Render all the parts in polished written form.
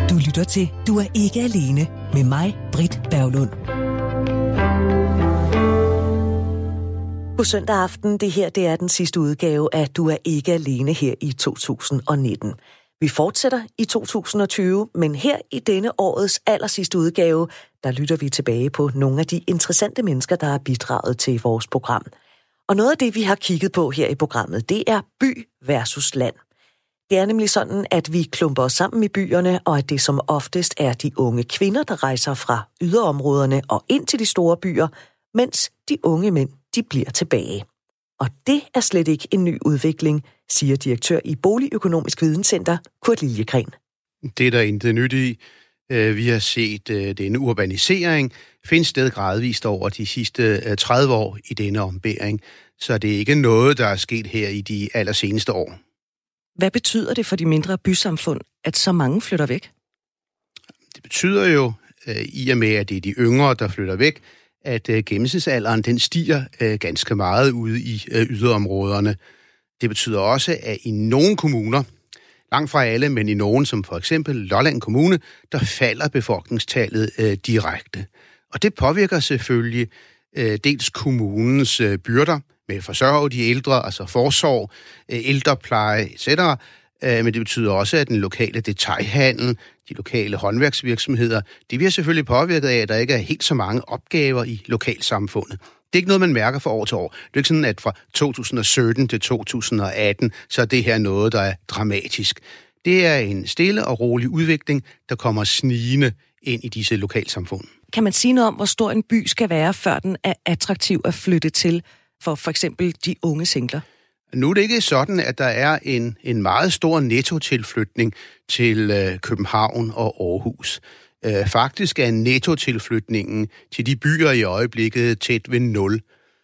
Du lytter til Du er ikke alene med mig, Britt Berglund. God søndag aften. Det her, det er den sidste udgave af Du er ikke alene her i 2019. Vi fortsætter i 2020, men her i denne årets allersidste udgave, der lytter vi tilbage på nogle af de interessante mennesker, der har bidraget til vores program. Og noget af det, vi har kigget på her i programmet, det er by versus land. Det er nemlig sådan, at vi klumper os sammen i byerne, og at det som oftest er de unge kvinder, der rejser fra yderområderne og ind til de store byer, mens de unge mænd, de bliver tilbage. Og det er slet ikke en ny udvikling, siger direktør i Boligøkonomisk Videnscenter, Kurt Liljegren. Det er der intet nyt i. Vi har set denne urbanisering finde sted gradvist over de sidste 30 år i denne ombæring. Så det er ikke noget, der er sket her i de allerseneste år. Hvad betyder det for de mindre bysamfund, at så mange flytter væk? Det betyder jo, i og med at det er de yngre, der flytter væk, at gennemsnitsalderen den stiger ganske meget ude i yderområderne. Det betyder også, at i nogle kommuner, langt fra alle, men i nogle, som for eksempel Lolland Kommune, der falder befolkningstallet direkte. Og det påvirker selvfølgelig dels kommunens byrder med at forsørge de ældre, altså forsorg, ældrepleje etc., men det betyder også, at den lokale detailhandel, de lokale håndværksvirksomheder, det bliver selvfølgelig påvirket af, at der ikke er helt så mange opgaver i lokalsamfundet. Det er ikke noget, man mærker fra år til år. Det er ikke sådan, at fra 2017 til 2018, så er det her noget, der er dramatisk. Det er en stille og rolig udvikling, der kommer snigende ind i disse lokalsamfund. Kan man sige noget om, hvor stor en by skal være, før den er attraktiv at flytte til for eksempel de unge singler? Nu er det ikke sådan, at der er en meget stor nettotilflytning til København og Aarhus. Faktisk er nettotilflytningen til de byer i øjeblikket tæt ved 0.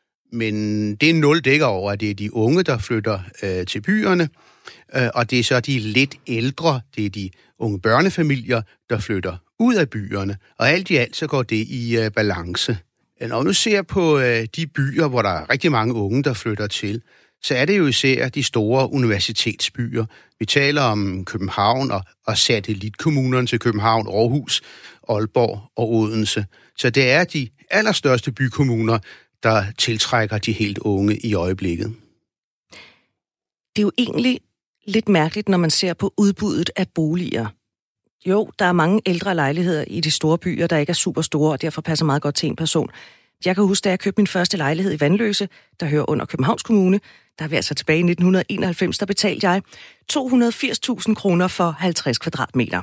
Men det 0 dækker over, at det er de unge, der flytter til byerne, og det er så de lidt ældre, det er de unge børnefamilier, der flytter ud af byerne. Og alt i alt så går det i balance. Når vi nu ser på de byer, hvor der er rigtig mange unge, der flytter til, så er det jo især de store universitetsbyer. Vi taler om København og satellitkommunerne til København, Aarhus, Aalborg og Odense. Så det er de allerstørste bykommuner, der tiltrækker de helt unge i øjeblikket. Det er jo egentlig lidt mærkeligt, når man ser på udbuddet af boliger. Jo, der er mange ældre lejligheder i de store byer, der ikke er super store, og derfor passer meget godt til en person. Jeg kan huske, da jeg købte min første lejlighed i Vanløse, der hører under Københavns Kommune, der er vi altså tilbage i 1991, der betalte jeg 280.000 kroner for 50 kvadratmeter.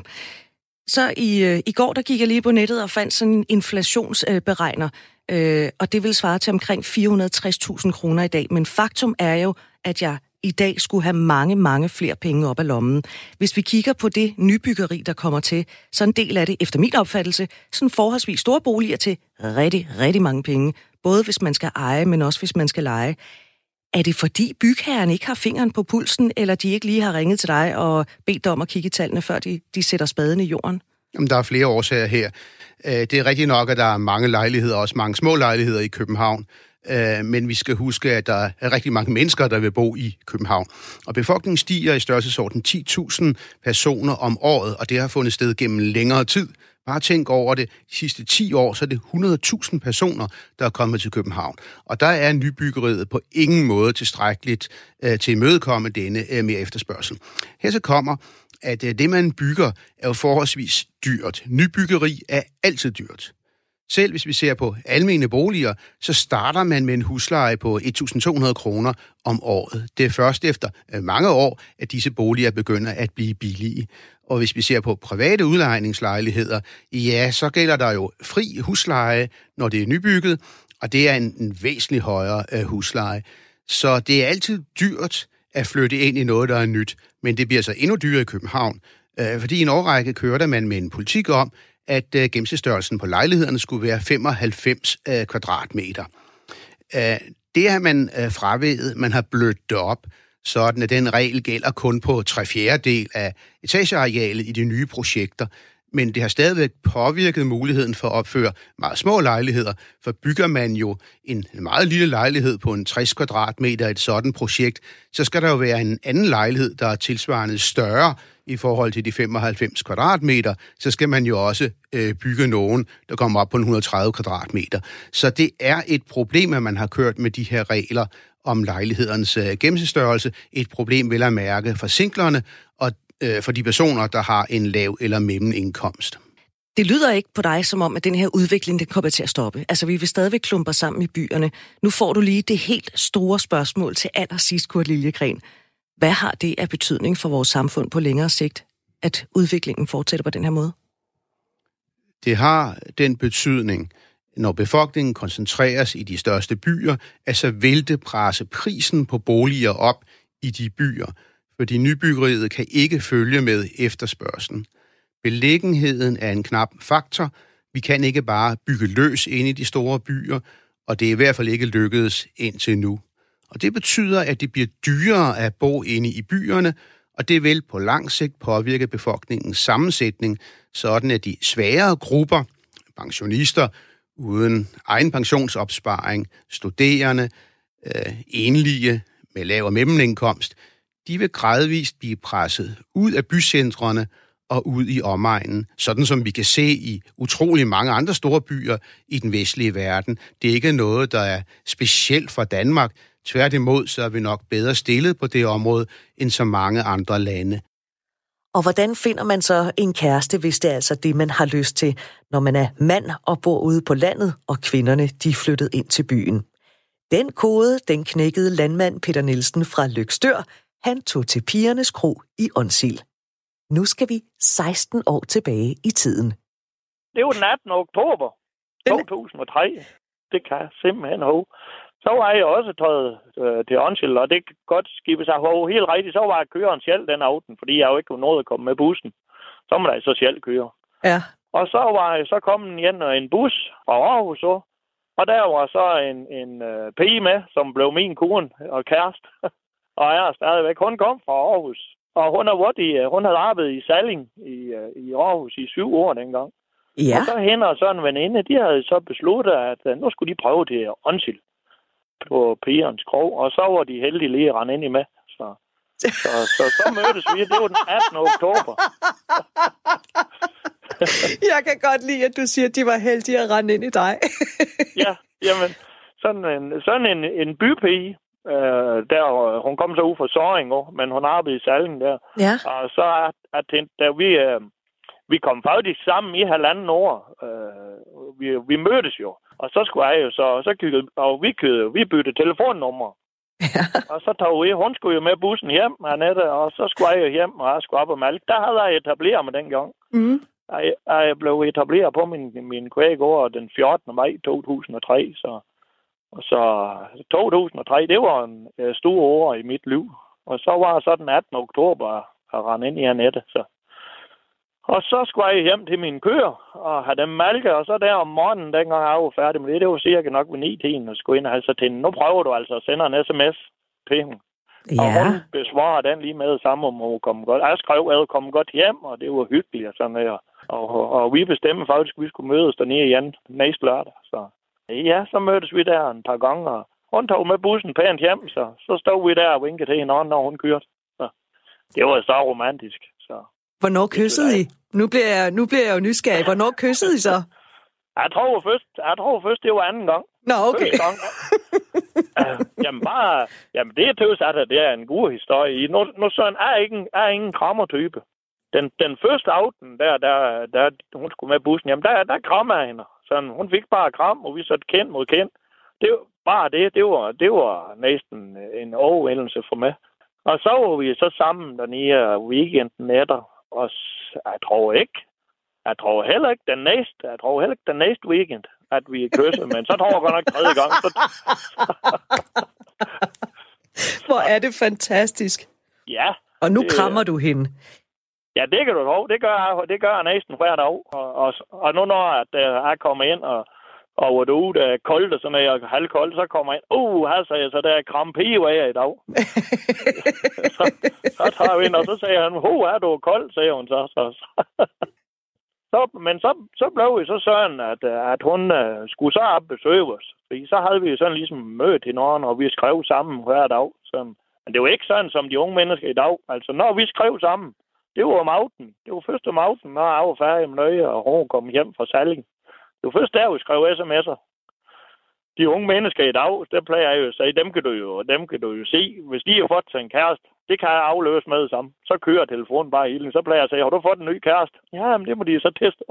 Så i går, der gik jeg lige på nettet og fandt sådan en inflationsberegner, og det vil svare til omkring 460.000 kroner i dag. Men faktum er jo, at jeg i dag skulle have mange, mange flere penge op af lommen. Hvis vi kigger på det nybyggeri, der kommer til, så en del af det, efter min opfattelse, sådan forholdsvis store boliger til rigtig, rigtig mange penge. Både hvis man skal eje, men også hvis man skal leje. Er det fordi bygherren ikke har fingeren på pulsen, eller de ikke lige har ringet til dig og bedt dig om at kigge i tallene, før de sætter spaden i jorden? Jamen, der er flere årsager her. Det er rigtigt nok, at der er mange lejligheder, også mange små lejligheder i København. Men vi skal huske, at der er rigtig mange mennesker, der vil bo i København. Og befolkningen stiger i størrelsesorden 10.000 personer om året, og det har fundet sted gennem længere tid. Bare tænk over det. De sidste 10 år, så er det 100.000 personer, der er kommet til København. Og der er nybyggeriet på ingen måde tilstrækkeligt til at imødekomme denne mere efterspørgsel. Her så kommer, at det, man bygger, er jo forholdsvis dyrt. Nybyggeri er altid dyrt. Selv hvis vi ser på almene boliger, så starter man med en husleje på 1.200 kroner om året. Det er først efter mange år, at disse boliger begynder at blive billige. Og hvis vi ser på private udlejningslejligheder, ja, så gælder der jo fri husleje, når det er nybygget, og det er en væsentlig højere husleje. Så det er altid dyrt at flytte ind i noget, der er nyt, men det bliver så endnu dyrere i København, fordi i en årrække kørte man med en politik om, at gennemsnitsstørrelsen på lejlighederne skulle være 95 kvadratmeter. Det har man fraveget, man har blødt det op, sådan at den regel gælder kun på 3/4 af etagearealet i de nye projekter. Men det har stadigvæk påvirket muligheden for at opføre meget små lejligheder, for bygger man jo en meget lille lejlighed på en 60 kvadratmeter et sådan projekt, så skal der jo være en anden lejlighed, der er tilsvarende større i forhold til de 95 kvadratmeter. Så skal man jo også bygge nogen, der kommer op på 130 kvadratmeter. Så det er et problem, at man har kørt med de her regler om lejlighedernes gennemsnitsstørrelse. Et problem vel at mærke for singlerne og for de personer, der har en lav eller mellemindkomst. Det lyder ikke på dig som om, at den her udvikling den kommer til at stoppe. Altså, vi vil stadigvæk klumpe sammen i byerne. Nu får du lige det helt store spørgsmål til allersidst, Kurt Liljegren. Hvad har det af betydning for vores samfund på længere sigt, at udviklingen fortsætter på den her måde? Det har den betydning, når befolkningen koncentreres i de største byer, altså vil det presse prisen på boliger op i de byer, fordi nybyggeriet kan ikke følge med efterspørgslen. Beliggenheden er en knap faktor. Vi kan ikke bare bygge løs ind i de store byer, og det er i hvert fald ikke lykkedes indtil nu. Og det betyder, at det bliver dyrere at bo inde i byerne, og det vil på lang sigt påvirke befolkningens sammensætning, sådan at de svagere grupper, pensionister uden egen pensionsopsparing, studerende, enlige med lav og mellemindkomst, de vil gradvist blive presset ud af bycentrene og ud i omegnen, sådan som vi kan se i utrolig mange andre store byer i den vestlige verden. Det er ikke noget, der er specielt for Danmark. Tværtimod, så er vi nok bedre stillet på det område end så mange andre lande. Og hvordan finder man så en kæreste, hvis det er altså det, man har lyst til, når man er mand og bor ude på landet, og kvinderne de er flyttet ind til byen? Den kode, den knækkede landmand Peter Nielsen fra Løgstør. Han tog til pigernes kro i Onsild. Nu skal vi 16 år tilbage i tiden. Det var den 18. oktober 2003. Det kan jeg simpelthen huske. Så var jeg også taget til Onsild, og det kan godt skibbe sig helt rigtigt. Så var jeg køreren selv den aften, fordi jeg jo ikke kunne nå at komme med bussen. Så må jeg så selv køre. Ja. Og så var jeg så kommet igen en bus fra Aarhus, og der var så en pige med, som blev min kone og kæreste. Og jeg er stadigvæk. Hun kom fra Aarhus. Og hun havde arbejdet i Salling i Aarhus i 7 år dengang. Ja. Og så hende og så en veninde, de havde så besluttet, at nu skulle de prøve til Onsild på pigernes krog. Og så var de heldige lige at rende ind i med. Så mødtes vi. Det var den 18. oktober. Jeg kan godt lide, at du siger, at de var heldige at rende ind i dig. Ja, jamen, sådan en bypige. Der hun kom så ud fra Sorring, men hun arbejdede i Salling der. Ja. Og så da vi kom faktisk sammen i 1,5 år. Vi mødtes jo. Og så skulle jeg jo vi byttede telefonnummer. Ja. Og så tog vi, hun skulle jo med bussen hjem, Annette, og så skulle jeg jo hjem, og jeg skulle op og Malk. Der havde jeg etableret mig dengang. Mm. Jeg blev etableret på min kvægård den 14. maj 2003, så 2003, det var en stor år i mit liv. Og så var jeg så den 18. oktober at rende ind i Annette, så. Og så skulle jeg hjem til mine køer og have dem malke, og så der om morgenen, dengang jeg var færdig med det var cirka nok ved 9-tiden, og skulle ind og have så til nu prøver du altså at sende en sms til hende. Ja. Og hun besvarer den lige med det samme, om hun kom godt. Jeg skrev, at hun kom godt hjem, og det var hyggeligt og sådan noget. Og vi bestemte faktisk, at vi skulle mødes dernede igen næste lørdag. Så ja, så mødtes vi der en par gange, og hun tog med bussen pænt hjem, så stod vi der og vinkede til hinanden, når hun kørte. Så det var så romantisk, så. Hvornår kyssede I? Nu bliver jeg jo nysgerrig. Hvornår kyssede I så? Jeg tror først, det var anden gang. Nå, okay. Gang. Jamen det er tøvs, at det er en god historie. Nu sådan er ingen krammertype. Den første aften, der hun skulle med bussen, jamen der krammer jeg hende. Sådan, hun fik bare kram, og vi satte kind mod kind. Det var bare det var næsten en overvældelse for mig. Og så var vi så sammen dernede weekenden efter. Og jeg tror heller ikke den næste weekend, at vi kysser, men så tror jeg godt nok 3. gang. Hvor er det fantastisk. Ja. Og nu krammer du hende. Ja, det kan du tro. Det gør jeg næsten hver dag. Og nu når jeg kommer ind, og hvor det ude er koldt og sådan noget, og halvkoldt, så kommer jeg ind. Her sagde jeg, så der er krampevæger i dag. så tager vi ind, og så siger han, er du kold, siger hun så. Så blev vi så sådan, at hun skulle så op besøge os. Fordi så havde vi sådan ligesom mødt hinanden, og vi skrev sammen hver dag. Men det var ikke sådan, som de unge mennesker i dag. Altså, når vi skrev sammen, det var om aftenen. Det var først om aftenen, når jeg var færdig med nøje, og hun kom hjem fra Salling. Det var først der, vi skrev sms'er. De unge mennesker i dag, der plejer jeg jo at sige, dem kan du jo se. Hvis de har fået til en kæreste, det kan jeg afløse med det samme. Så kører telefonen bare hele. Så plejer jeg at sige, har du fået en ny kæreste? Ja, men det må de så teste.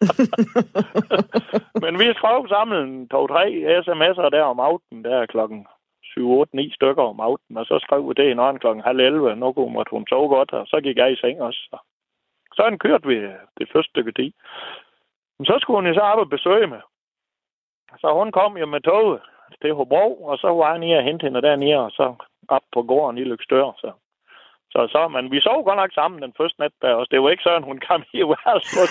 Men vi skrev sammen 2-3 sms'er der om aftenen, der klokken 7-8-9 stykker om aftenen, og så skrev vi det i nogen klokken 10:30. Nu måtte hun sove godt, og så gik jeg i seng også. Sådan kørte vi det første stykke tid. Men så skulle hun jo så op og besøge mig. Så hun kom jo med toget til Hobro, og så var jeg nede og hente hende dernede, og så op på gården i Løgstør. Men vi sov godt nok sammen den første nat der også. Det var ikke sådan, hun kom i værelset.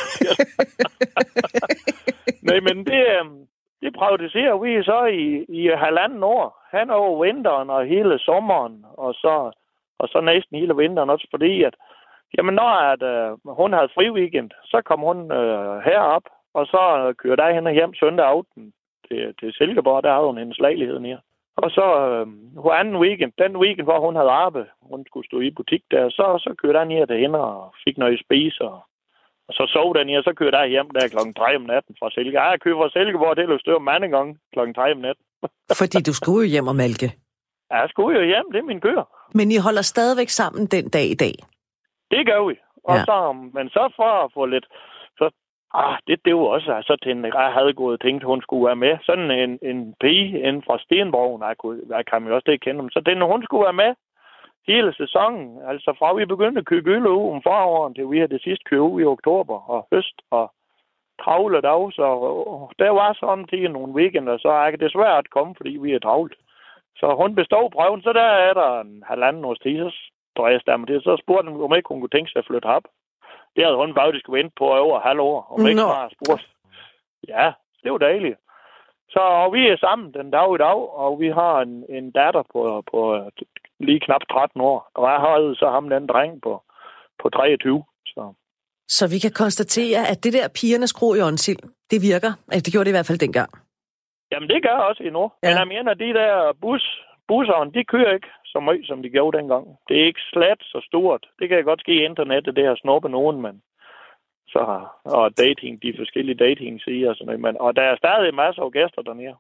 Nej, men det praktiserer vi så i 1,5 år. Han over vinteren og hele sommeren, og så næsten hele vinteren også, fordi at jamen, når hun havde fri weekend, så kom hun herop, og så kørte jeg hende hjem søndag aften til Silkeborg. Der havde hun hendes lejlighed nede. Og så anden weekend, den weekend, hvor hun havde arbejdet, hun skulle stå i butik der, så kørte jeg ned til hende og fik noget at spise, og så sov den nede, og så kørte jeg hjem der klokken 3 om natten fra Silkeborg. Jeg kørte fra Silkeborg til Løgstør mange gange klokken 3 om natten. Fordi du skulle jo hjem og malke. Ja, jeg skulle jo hjem, det er min køer. Men I holder stadigvæk sammen den dag i dag? Det gør vi. Og ja. Men så for at få lidt... Det var også så til en, jeg havde gået og tænkt, hun skulle være med. Sådan en pige inden fra Stenborg, jeg kan jo også det kende dem. Så hun skulle være med hele sæsonen. Altså fra vi begyndte at købe gylle om foråren, til vi havde det sidste købe i oktober og høst og travle dag. Så der var sådan til nogle weekender, så er det desværre at komme, fordi vi er travlt. Så hun bestod prøven, så der er der en 1,5 års tid, så spurgte hun, om ikke hun kunne tænke sig at flytte op. Det havde hun faktisk ventet på over halvår, om ikke bare spurgt. Ja, det var dejligt. Så vi er sammen den dag i dag, og vi har en datter på lige knap 13 år. Og jeg havde så ham den dreng på 23. Så vi kan konstatere, at det der pigernes gro i åndsild, det virker. Altså, det gjorde det i hvert fald dengang. Jamen, det gør også endnu. Ja. Men jeg mener, de der busserne, de kører ikke så meget, som de gjorde dengang. Det er ikke slet så stort. Det kan godt ske i internettet, det har snuppet nogen, men og dating, de forskellige dating-sider og sådan noget. Men, og der er stadig masser af gæster dernede.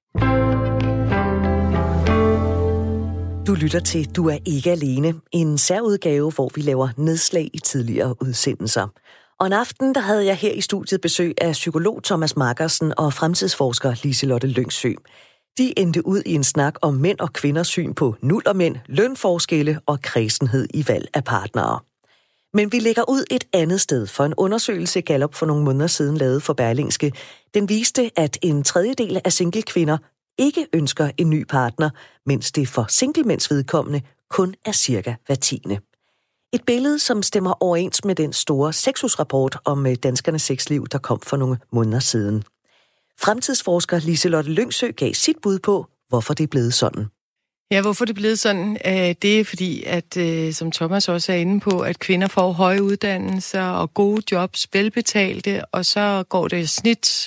Du lytter til Du er ikke alene, en særudgave, hvor vi laver nedslag i tidligere udsendelser. Og en aften, der havde jeg her i studiet besøg af psykolog Thomas Markersen og fremtidsforsker Liselotte Lyngsø. De endte ud i en snak om mænd og kvinders syn på nullermænd, lønforskelle og kredsenhed i valg af partnere. Men vi lægger ud et andet sted, for en undersøgelse Gallup for nogle måneder siden lavede for Berlingske. Den viste, at 1/3 af single-kvinder ikke ønsker en ny partner, mens det for single-mænds vedkommende kun er cirka hver 10. Et billede, som stemmer overens med den store Sexus-rapport om danskernes sexliv, der kom for nogle måneder siden. Fremtidsforsker Liselotte Lyngsø gav sit bud på, hvorfor det er blevet sådan. Ja, hvorfor det er blevet sådan, det er fordi, at som Thomas også er inde på, at kvinder får høje uddannelser og gode jobs, velbetalte, og så går det i snit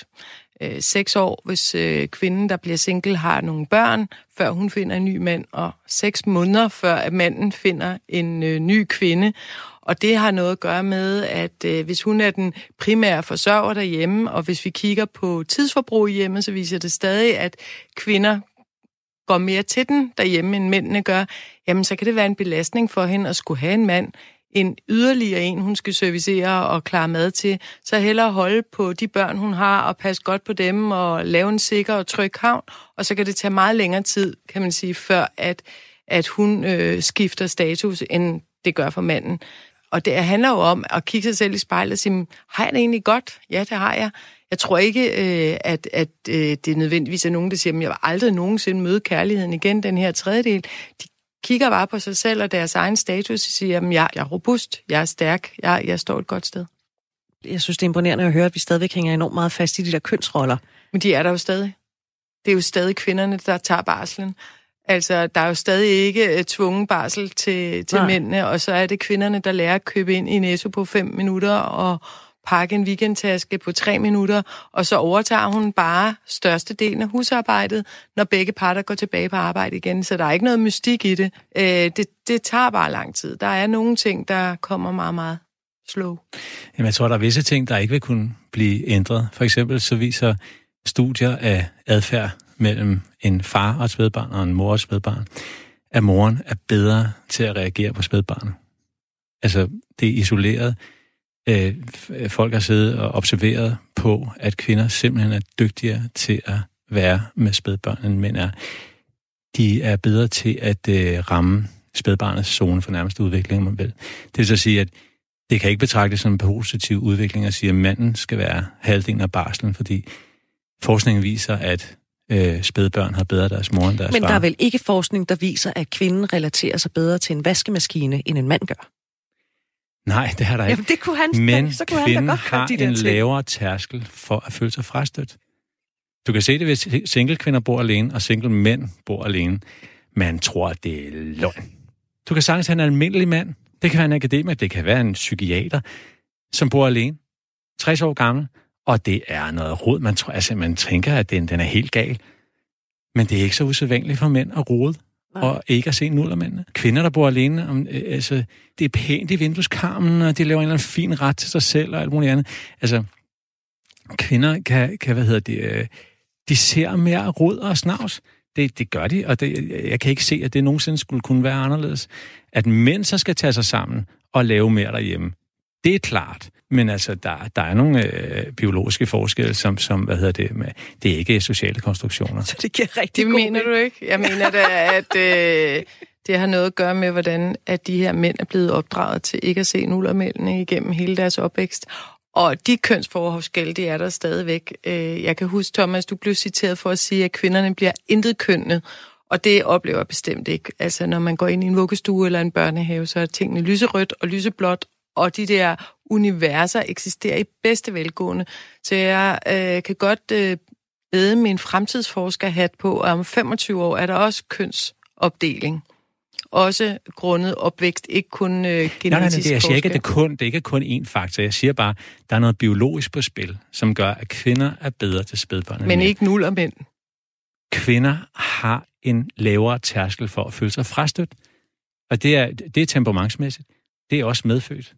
6 år, hvis kvinden, der bliver single, har nogle børn, før hun finder en ny mand, og 6 måneder, før at manden finder en ny kvinde. Og det har noget at gøre med, at hvis hun er den primære forsørger derhjemme, og hvis vi kigger på tidsforbrug i hjemmet, så viser det stadig, at kvinder går mere til den derhjemme, end mændene gør, jamen så kan det være en belastning for hende at skulle have en mand, en yderligere en, hun skal servicere og klare mad til, så hellere holde på de børn, hun har, og passe godt på dem, og lave en sikker og tryg havn, og så kan det tage meget længere tid, kan man sige, før at hun skifter status, end det gør for manden. Og det handler jo om at kigge sig selv i spejlet og sige, har jeg det egentlig godt? Ja, det har jeg. Jeg tror ikke, at det nødvendigvis er nogen, der siger, at jeg vil aldrig nogensinde møde kærligheden igen, den her tredjedel. De kigger bare på sig selv og deres egen status og siger, at jeg er robust, jeg er stærk, jeg står et godt sted. Jeg synes, det er imponerende at høre, at vi stadigvæk hænger enormt meget fast i de der kønsroller. Men de er der jo stadig. Det er jo stadig kvinderne, der tager barslen. Altså, der er jo stadig ikke tvungen barsel til mændene, og så er det kvinderne, der lærer at købe ind i Netto på 5 minutter og pakke en weekendtaske på 3 minutter, og så overtager hun bare størstedelen af husarbejdet, når begge parter går tilbage på arbejde igen. Så der er ikke noget mystik i det. Det tager bare lang tid. Der er nogle ting, der kommer meget, meget slow. Jamen, jeg tror, der er visse ting, der ikke vil kunne blive ændret. For eksempel så viser studier af adfærd mellem en far og et spædbarn og en mor og et spædbarn, at moren er bedre til at reagere på spædbarnet. Altså, det er isoleret. Folk har siddet og observeret på, at kvinder simpelthen er dygtigere til at være med spædbørn, end mænd er. De er bedre til at ramme spædbarnets zone for nærmeste udvikling, man vil. Det vil så sige, at det kan ikke betragtes som en positiv udvikling at sige, at manden skal være halvdelen af barslen, fordi forskningen viser, at spædbørn har bedre deres mor end deres far. Men der er vel ikke forskning, der viser, at kvinden relaterer sig bedre til en vaskemaskine, end en mand gør? Nej, det har der ikke. Jamen, det kunne han, men så kunne han da godt har de der en ting. lavere tærskel for at føle sig frastødt. Du kan se det, hvis single kvinder bor alene, og single mænd bor alene. Man tror, det er løgn. Du kan sagtens have en almindelig mand. Det kan være en akademiker, det kan være en psykiater, som bor alene. 60 år gammel. Og det er noget rod. Man tænker, at den er helt gal. Men det er ikke så usædvanligt for mænd at rode. Og ikke at se nullermændene. Kvinder, der bor alene, det er pænt i vindueskarmen, og de laver en eller anden fin ret til sig selv og alt muligt andet. Altså, kvinder kan de ser mere rod og snavs. Det gør de, og jeg kan ikke se, at det nogensinde skulle kunne være anderledes. At mænd så skal tage sig sammen og lave mere derhjemme, det er klart. Men altså, der er nogle biologiske forskelle, som det er ikke sociale konstruktioner. Så det giver rigtig det mener du ikke? Jeg mener da, at det har noget at gøre med, hvordan at de her mænd er blevet opdraget til ikke at se nullermændene igennem hele deres opvækst. Og de kønsforskelle, det er der stadigvæk. Jeg kan huske, Thomas, du blev citeret for at sige, at kvinderne bliver intetkønnede. Og det oplever jeg bestemt ikke. Altså, når man går ind i en vuggestue eller en børnehave, så er tingene lyserødt og lyseblåt, og de der universer eksisterer i bedste velgående. Så jeg kan godt bede min fremtidsforskerhat på, at om 25 år er der også kønsopdeling. Også grundet opvækst, ikke kun genetisk forskel. Nej, jeg siger ikke, at det ikke er kun én faktor. Jeg siger bare, at der er noget biologisk på spil, som gør, at kvinder er bedre til spædbørn. Men ikke nullermænd. Kvinder har en lavere tærskel for at føle sig frastødt. Og det er temperamentsmæssigt. Det er også medfødt.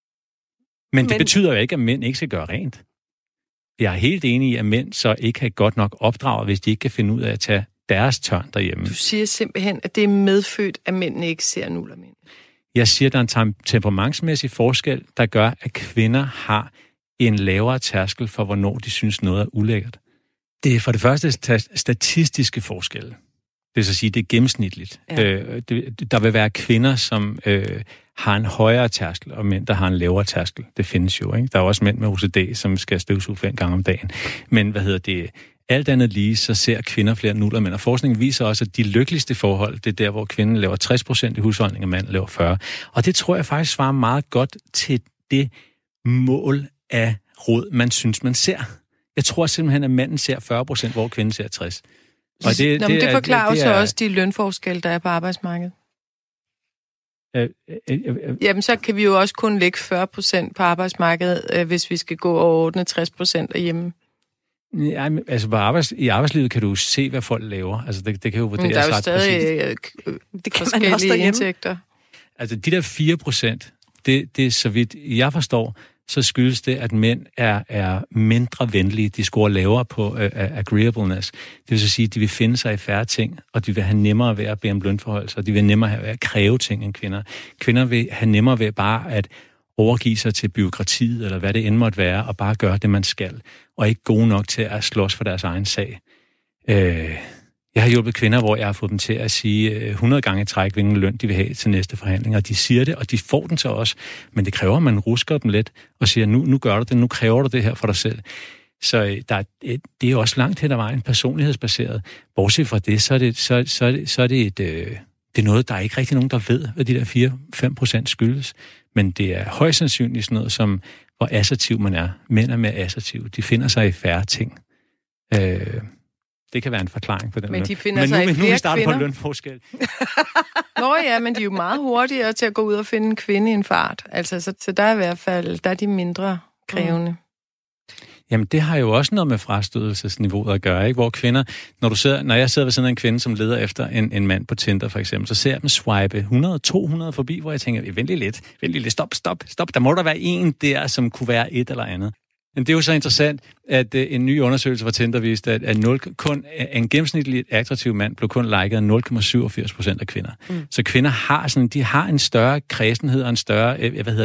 Men det betyder jo ikke, at mænd ikke skal gøre rent. Jeg er helt enig i, at mænd så ikke har godt nok opdraget, hvis de ikke kan finde ud af at tage deres tørn derhjemme. Du siger simpelthen, at det er medfødt, at mændene ikke ser nullermænd. Jeg siger, at der er en temperamentsmæssig forskel, der gør, at kvinder har en lavere tærskel for, hvornår de synes noget er ulækkert. Det er for det første statistiske forskelle. Det vil så sige, det er gennemsnitligt. Ja. Der vil være kvinder, som har en højere tærskel, og mænd, der har en lavere tærskel. Det findes jo, ikke? Der er også mænd med OCD, som skal støvsuge 5 gange om dagen. Men alt andet lige, så ser kvinder flere nullermænd. Og forskningen viser også, at de lykkeligste forhold, det er der, hvor kvinden laver 60% i husholdning, og manden laver 40%. Og det tror jeg faktisk svarer meget godt til det mål af rod, man synes, man ser. Jeg tror simpelthen, at manden ser 40%, hvor kvinden ser 60%. Og det forklarer så også de lønforskelle, der er på arbejdsmarkedet. Jamen, så kan vi jo også kun lægge 40% på arbejdsmarkedet, hvis vi skal gå over 60% derhjemme. Ja, altså i arbejdslivet kan du se, hvad folk laver. Altså, det kan jo vurderes ret præcist. Der er jo stadig det kan forskellige indtægter. Altså, de der 4%, det er så vidt jeg forstår, så skyldes det, at mænd er mindre venlige. De scorer lavere på agreeableness. Det vil så sige, at de vil finde sig i færre ting, og de vil have nemmere ved at bede om lønforhold, og de vil nemmere ved at kræve ting end kvinder. Kvinder vil have nemmere ved bare at overgive sig til byråkratiet, eller hvad det end måtte være, og bare gøre det, man skal, og ikke gode nok til at slås for deres egen sag. Jeg har hjulpet kvinder, hvor jeg har fået dem til at sige 100 gange i træk, hvilken løn de vil have til næste forhandling, og de siger det, og de får den til os, men det kræver, at man rusker dem lidt, og siger, nu gør du det, nu kræver du det her for dig selv. Så det er også langt hen ad vejen personlighedsbaseret. Bortset fra det, så er det er noget, der er ikke rigtig nogen, der ved, hvad de der 4-5% skyldes. Men det er højst sandsynligt sådan noget, som hvor assertiv man er. Mænd er mere assertive. De finder sig i færre ting. Det kan være en forklaring på den. Men de finder sig i flere nu vi starter kvinder. på lønforskel. Nå ja, men de er jo meget hurtigere til at gå ud og finde en kvinde i en fart. Altså, så der er i hvert fald, der er de mindre krævende. Jamen, det har jo også noget med frastødelsesniveauet at gøre, ikke? Hvor kvinder, når jeg sidder ved sådan en kvinde, som leder efter en mand på Tinder, for eksempel, så ser jeg dem swipe 100-200 forbi, hvor jeg tænker, vent lidt, stop, der må der være en der, som kunne være et eller andet. Men det er jo så interessant, at en ny undersøgelse fra Tinder viste, at en gennemsnitlig attraktiv mand blev kun liket af 0,87% af kvinder. Så kvinder har en større kredsenhed og en større,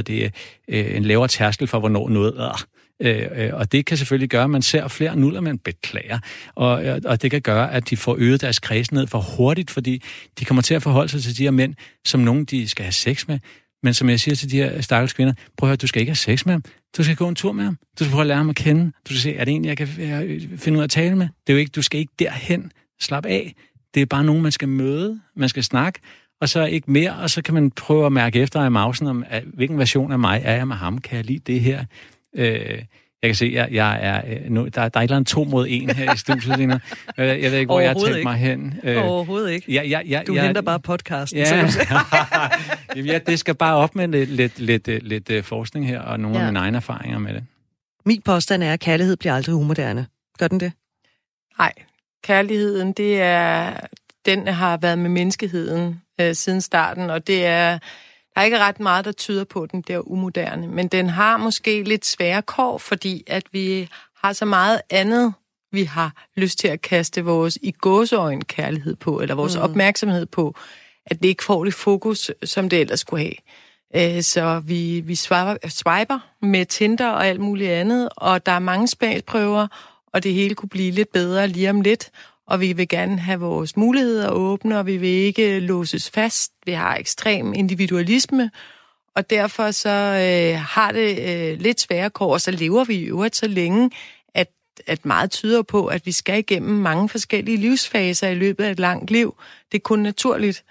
en lavere tærskel for, hvornår noget og det kan selvfølgelig gøre, at man ser flere nuller, man beklager. Og det kan gøre, at de får øget deres kredsenhed for hurtigt, fordi de kommer til at forholde sig til de her mænd, som nogen de skal have sex med. Men som jeg siger til de her stakkels kvinder, prøv at høre, du skal ikke have sex med ham. Du skal gå en tur med ham. Du skal prøve at lære ham at kende. Du skal se, er det en, jeg kan finde ud af at tale med? Det er jo ikke, du skal ikke derhen. Slap af. Det er bare nogen, man skal møde. Man skal snakke. Og så ikke mere. Og så kan man prøve at mærke efter i mausen, om hvilken version af mig er jeg med ham. Kan jeg lide det her? Jeg kan se, jeg er nu, der er et eller andet 2 mod 1 her i studiet lige nu. Jeg ved ikke, hvor jeg har tænkt mig hen. Overhovedet ikke. Du henter bare podcasten. Ja. Ja, det skal bare op med lidt forskning her, og nogle af mine egne erfaringer med det. Min påstand er, at kærlighed bliver aldrig umoderne. Gør den det? Nej, kærligheden, den har været med menneskeheden siden starten, og det er... Der er ikke ret meget, der tyder på, at den bliver umoderne, men den har måske lidt svære kår, fordi at vi har så meget andet, vi har lyst til at kaste vores i gåseøjne kærlighed på, eller vores opmærksomhed på, at det ikke får det fokus, som det ellers skulle have. Så vi swiper med Tinder og alt muligt andet, og der er mange smagsprøver, og det hele kunne blive lidt bedre lige om lidt. Og vi vil gerne have vores muligheder åbne, og vi vil ikke låses fast. Vi har ekstrem individualisme, og derfor så har det lidt svære kår, og så lever vi i øvrigt så længe, at meget tyder på, at vi skal igennem mange forskellige livsfaser i løbet af et langt liv. Det er kun naturligt,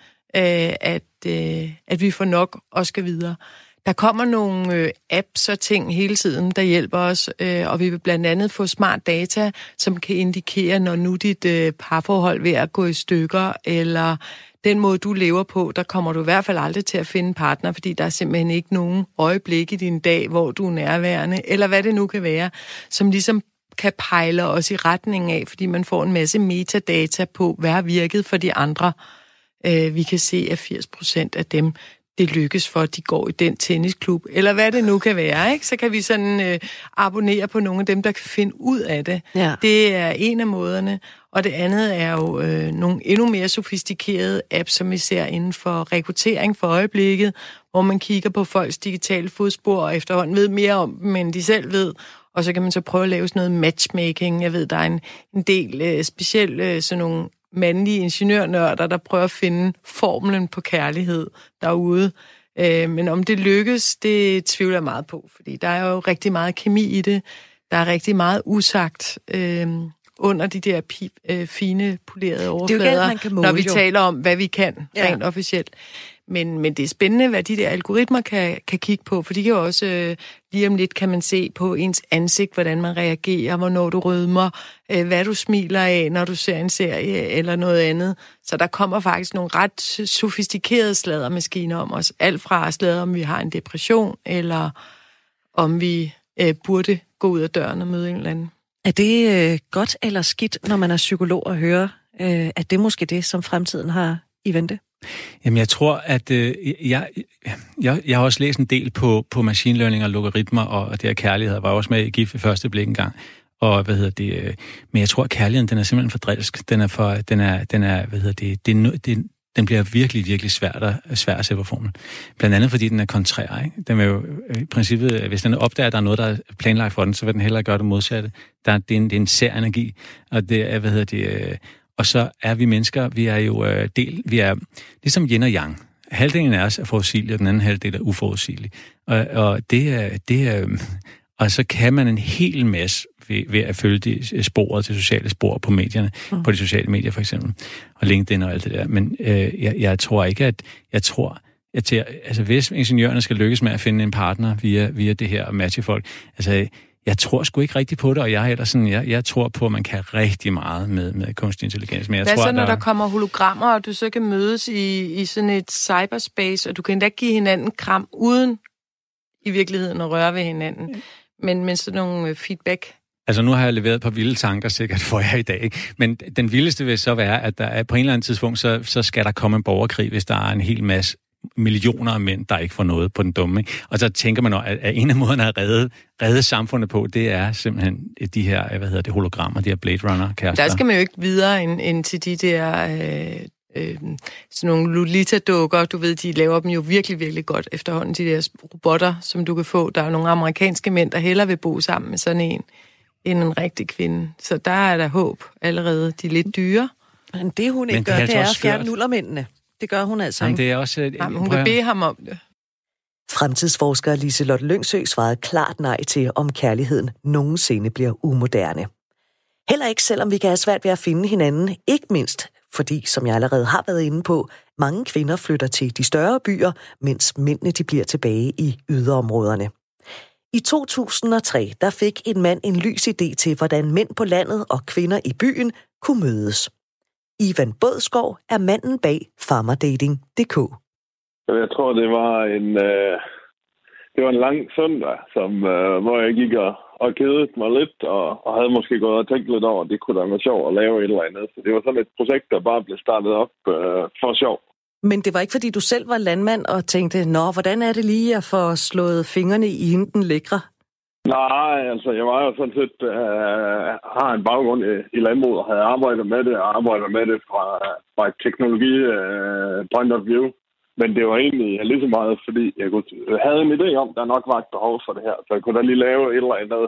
at vi får nok og skal videre. Der kommer nogle apps og ting hele tiden, der hjælper os, og vi vil blandt andet få smart data, som kan indikere, når nu dit parforhold er ved at gå i stykker, eller den måde, du lever på, der kommer du i hvert fald aldrig til at finde en partner, fordi der er simpelthen ikke nogen øjeblik i din dag, hvor du er nærværende, eller hvad det nu kan være, som ligesom kan pejle os i retning af, fordi man får en masse metadata på, hvad har virket for de andre. Vi kan se, at 80% af dem, det lykkes for, at de går i den tennisklub, eller hvad det nu kan være, ikke? Så kan vi sådan abonnere på nogle af dem, der kan finde ud af det. Ja. Det er en af måderne. Og det andet er jo nogle endnu mere sofistikerede apps, som vi ser inden for rekruttering for øjeblikket, hvor man kigger på folks digitale fodspor, og efterhånden ved mere om dem, end de selv ved. Og så kan man så prøve at lave sådan noget matchmaking. Jeg ved, der er en del specielt sådan nogle mandlige ingeniørnørder, der prøver at finde formlen på kærlighed derude. Men om det lykkes, det tvivler jeg meget på, fordi der er jo rigtig meget kemi i det. Der er rigtig meget usagt under de der fine, polerede overflader, det er jo man kan måle, når vi taler om, hvad vi kan rent officielt. Men det er spændende, hvad de der algoritmer kan kigge på, for de kan jo også, lige om lidt kan man se på ens ansigt, hvordan man reagerer, hvornår du rødmer, hvad du smiler af, når du ser en serie eller noget andet. Så der kommer faktisk nogle ret sofistikerede sladdermaskiner om os. Alt fra sladder, om vi har en depression, eller om vi burde gå ud af døren og møde en eller anden. Er det godt eller skidt, når man er psykolog og hører, at det er måske det, som fremtiden har i vente? Jamen, jeg tror, at jeg har også læst en del på machine learning og logaritmer, og det her kærlighed var også med i GIF i første blik engang. Og men jeg tror, at kærligheden, den er simpelthen for drilsk. Den bliver virkelig, virkelig svær at se på formlen. Blandt andet, fordi den er kontrær, ikke? Den vil jo i princippet, hvis den opdager, at der er noget, der er planlagt for den, så vil den hellere gøre det modsatte. Det er en sær energi, og det er, og så er vi mennesker, vi er jo vi er ligesom yin og yang. Halvdelen af os er forudsigelig, og den anden halvdel er uforudsigelig. Og så kan man en hel masse ved at følge de sporet til sociale spor på medierne, på de sociale medier for eksempel, og LinkedIn og alt det der. Men jeg tror ikke, at hvis ingeniørerne skal lykkes med at finde en partner via det her og matche folk, altså jeg tror sgu ikke rigtigt på det, og jeg tror på, at man kan rigtig meget med kunstig intelligens. Men hvad så, når der kommer hologrammer, og du så kan mødes i sådan et cyberspace, og du kan endda give hinanden kram uden i virkeligheden at røre ved hinanden, Men sådan nogle feedback. Altså nu har jeg leveret et par vilde tanker sikkert for jer i dag, ikke? Men den vildeste vil så være, at der er på en eller anden tidspunkt, så skal der komme en borgerkrig, hvis der er en hel masse millioner af mænd, der ikke får noget på den dumme. Ikke? Og så tænker man, at en af måderne at redde samfundet på, det er simpelthen de her, hologrammer, de her Blade Runner-kærester. Der skal man jo ikke videre end til de der sådan nogle Lolita-dukker. Du ved, de laver dem jo virkelig, virkelig godt efterhånden, de der robotter, som du kan få. Der er nogle amerikanske mænd, der hellere vil bo sammen med sådan en, end en rigtig kvinde. Så der er der håb allerede. De er lidt dyre. Men det hun ikke gør, det er at fjerne nullermændene. Det gør hun altså ikke. Det er også, hun kan bede ham om det. Fremtidsforsker Liselotte Lyngsø svarede klart nej til, om kærligheden nogensinde bliver umoderne. Heller ikke selvom vi kan have svært ved at finde hinanden, ikke mindst fordi, som jeg allerede har været inde på, mange kvinder flytter til de større byer, mens mændene de bliver tilbage i yderområderne. I 2003 der fik en mand en lys idé til, hvordan mænd på landet og kvinder i byen kunne mødes. Ivan Bådskov er manden bag farmerdating.dk. Jeg tror, det var en lang søndag, hvor jeg gik og kedede mig lidt, og havde måske gået og tænkt lidt over, at det kunne da være sjovt at lave et eller andet. Så det var sådan et projekt, der bare blev startet op for sjov. Men det var ikke, fordi du selv var landmand og tænkte, hvordan er det lige at få slået fingrene i hende den lækre? Nej, altså jeg var jo sådan set, har en baggrund i landbruget og havde arbejdet med det fra et teknologi point of view. Men det var egentlig lige så meget, fordi jeg havde en idé om, der nok var et behov for det her. Så jeg kunne da lige lave et eller andet.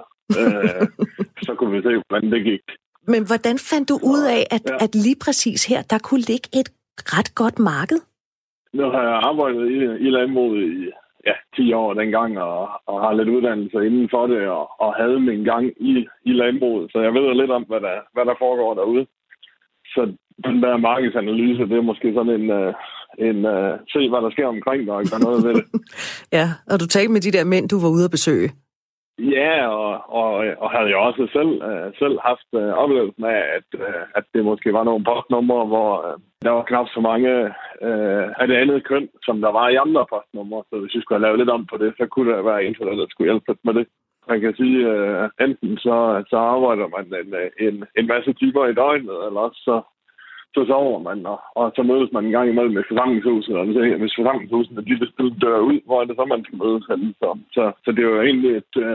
Så kunne vi se, hvordan det gik. Men hvordan fandt du ud af, at lige præcis her, der kunne ligge et ret godt marked? Nu har jeg arbejdet i landbruget i 10 år dengang, og har lidt uddannelse inden for det, og havde min gang i landbruget. Så jeg ved lidt om, hvad der foregår derude. Så den der markedsanalyse, det er måske sådan en se, hvad der sker omkring dig, og gøre noget ved det. Ja, og du talte med de der mænd, du var ude at besøge. Ja, og havde jo også selv haft oplevelsen af, at det måske var nogle postnumre, hvor der var knap så mange af det andet køn, som der var i andre postnumre. Så hvis vi skulle have lavet lidt om på det, så kunne der være internet, der skulle hjælpe med det. Man kan sige, enten så arbejder man en masse timer i døgnet, eller også så sover man, og så mødes man en gang imellem med forsamlingshuset, og hvis forsamlingshuset de vil dør ud, hvor er det så, man skal mødes hen. Så det er jo egentlig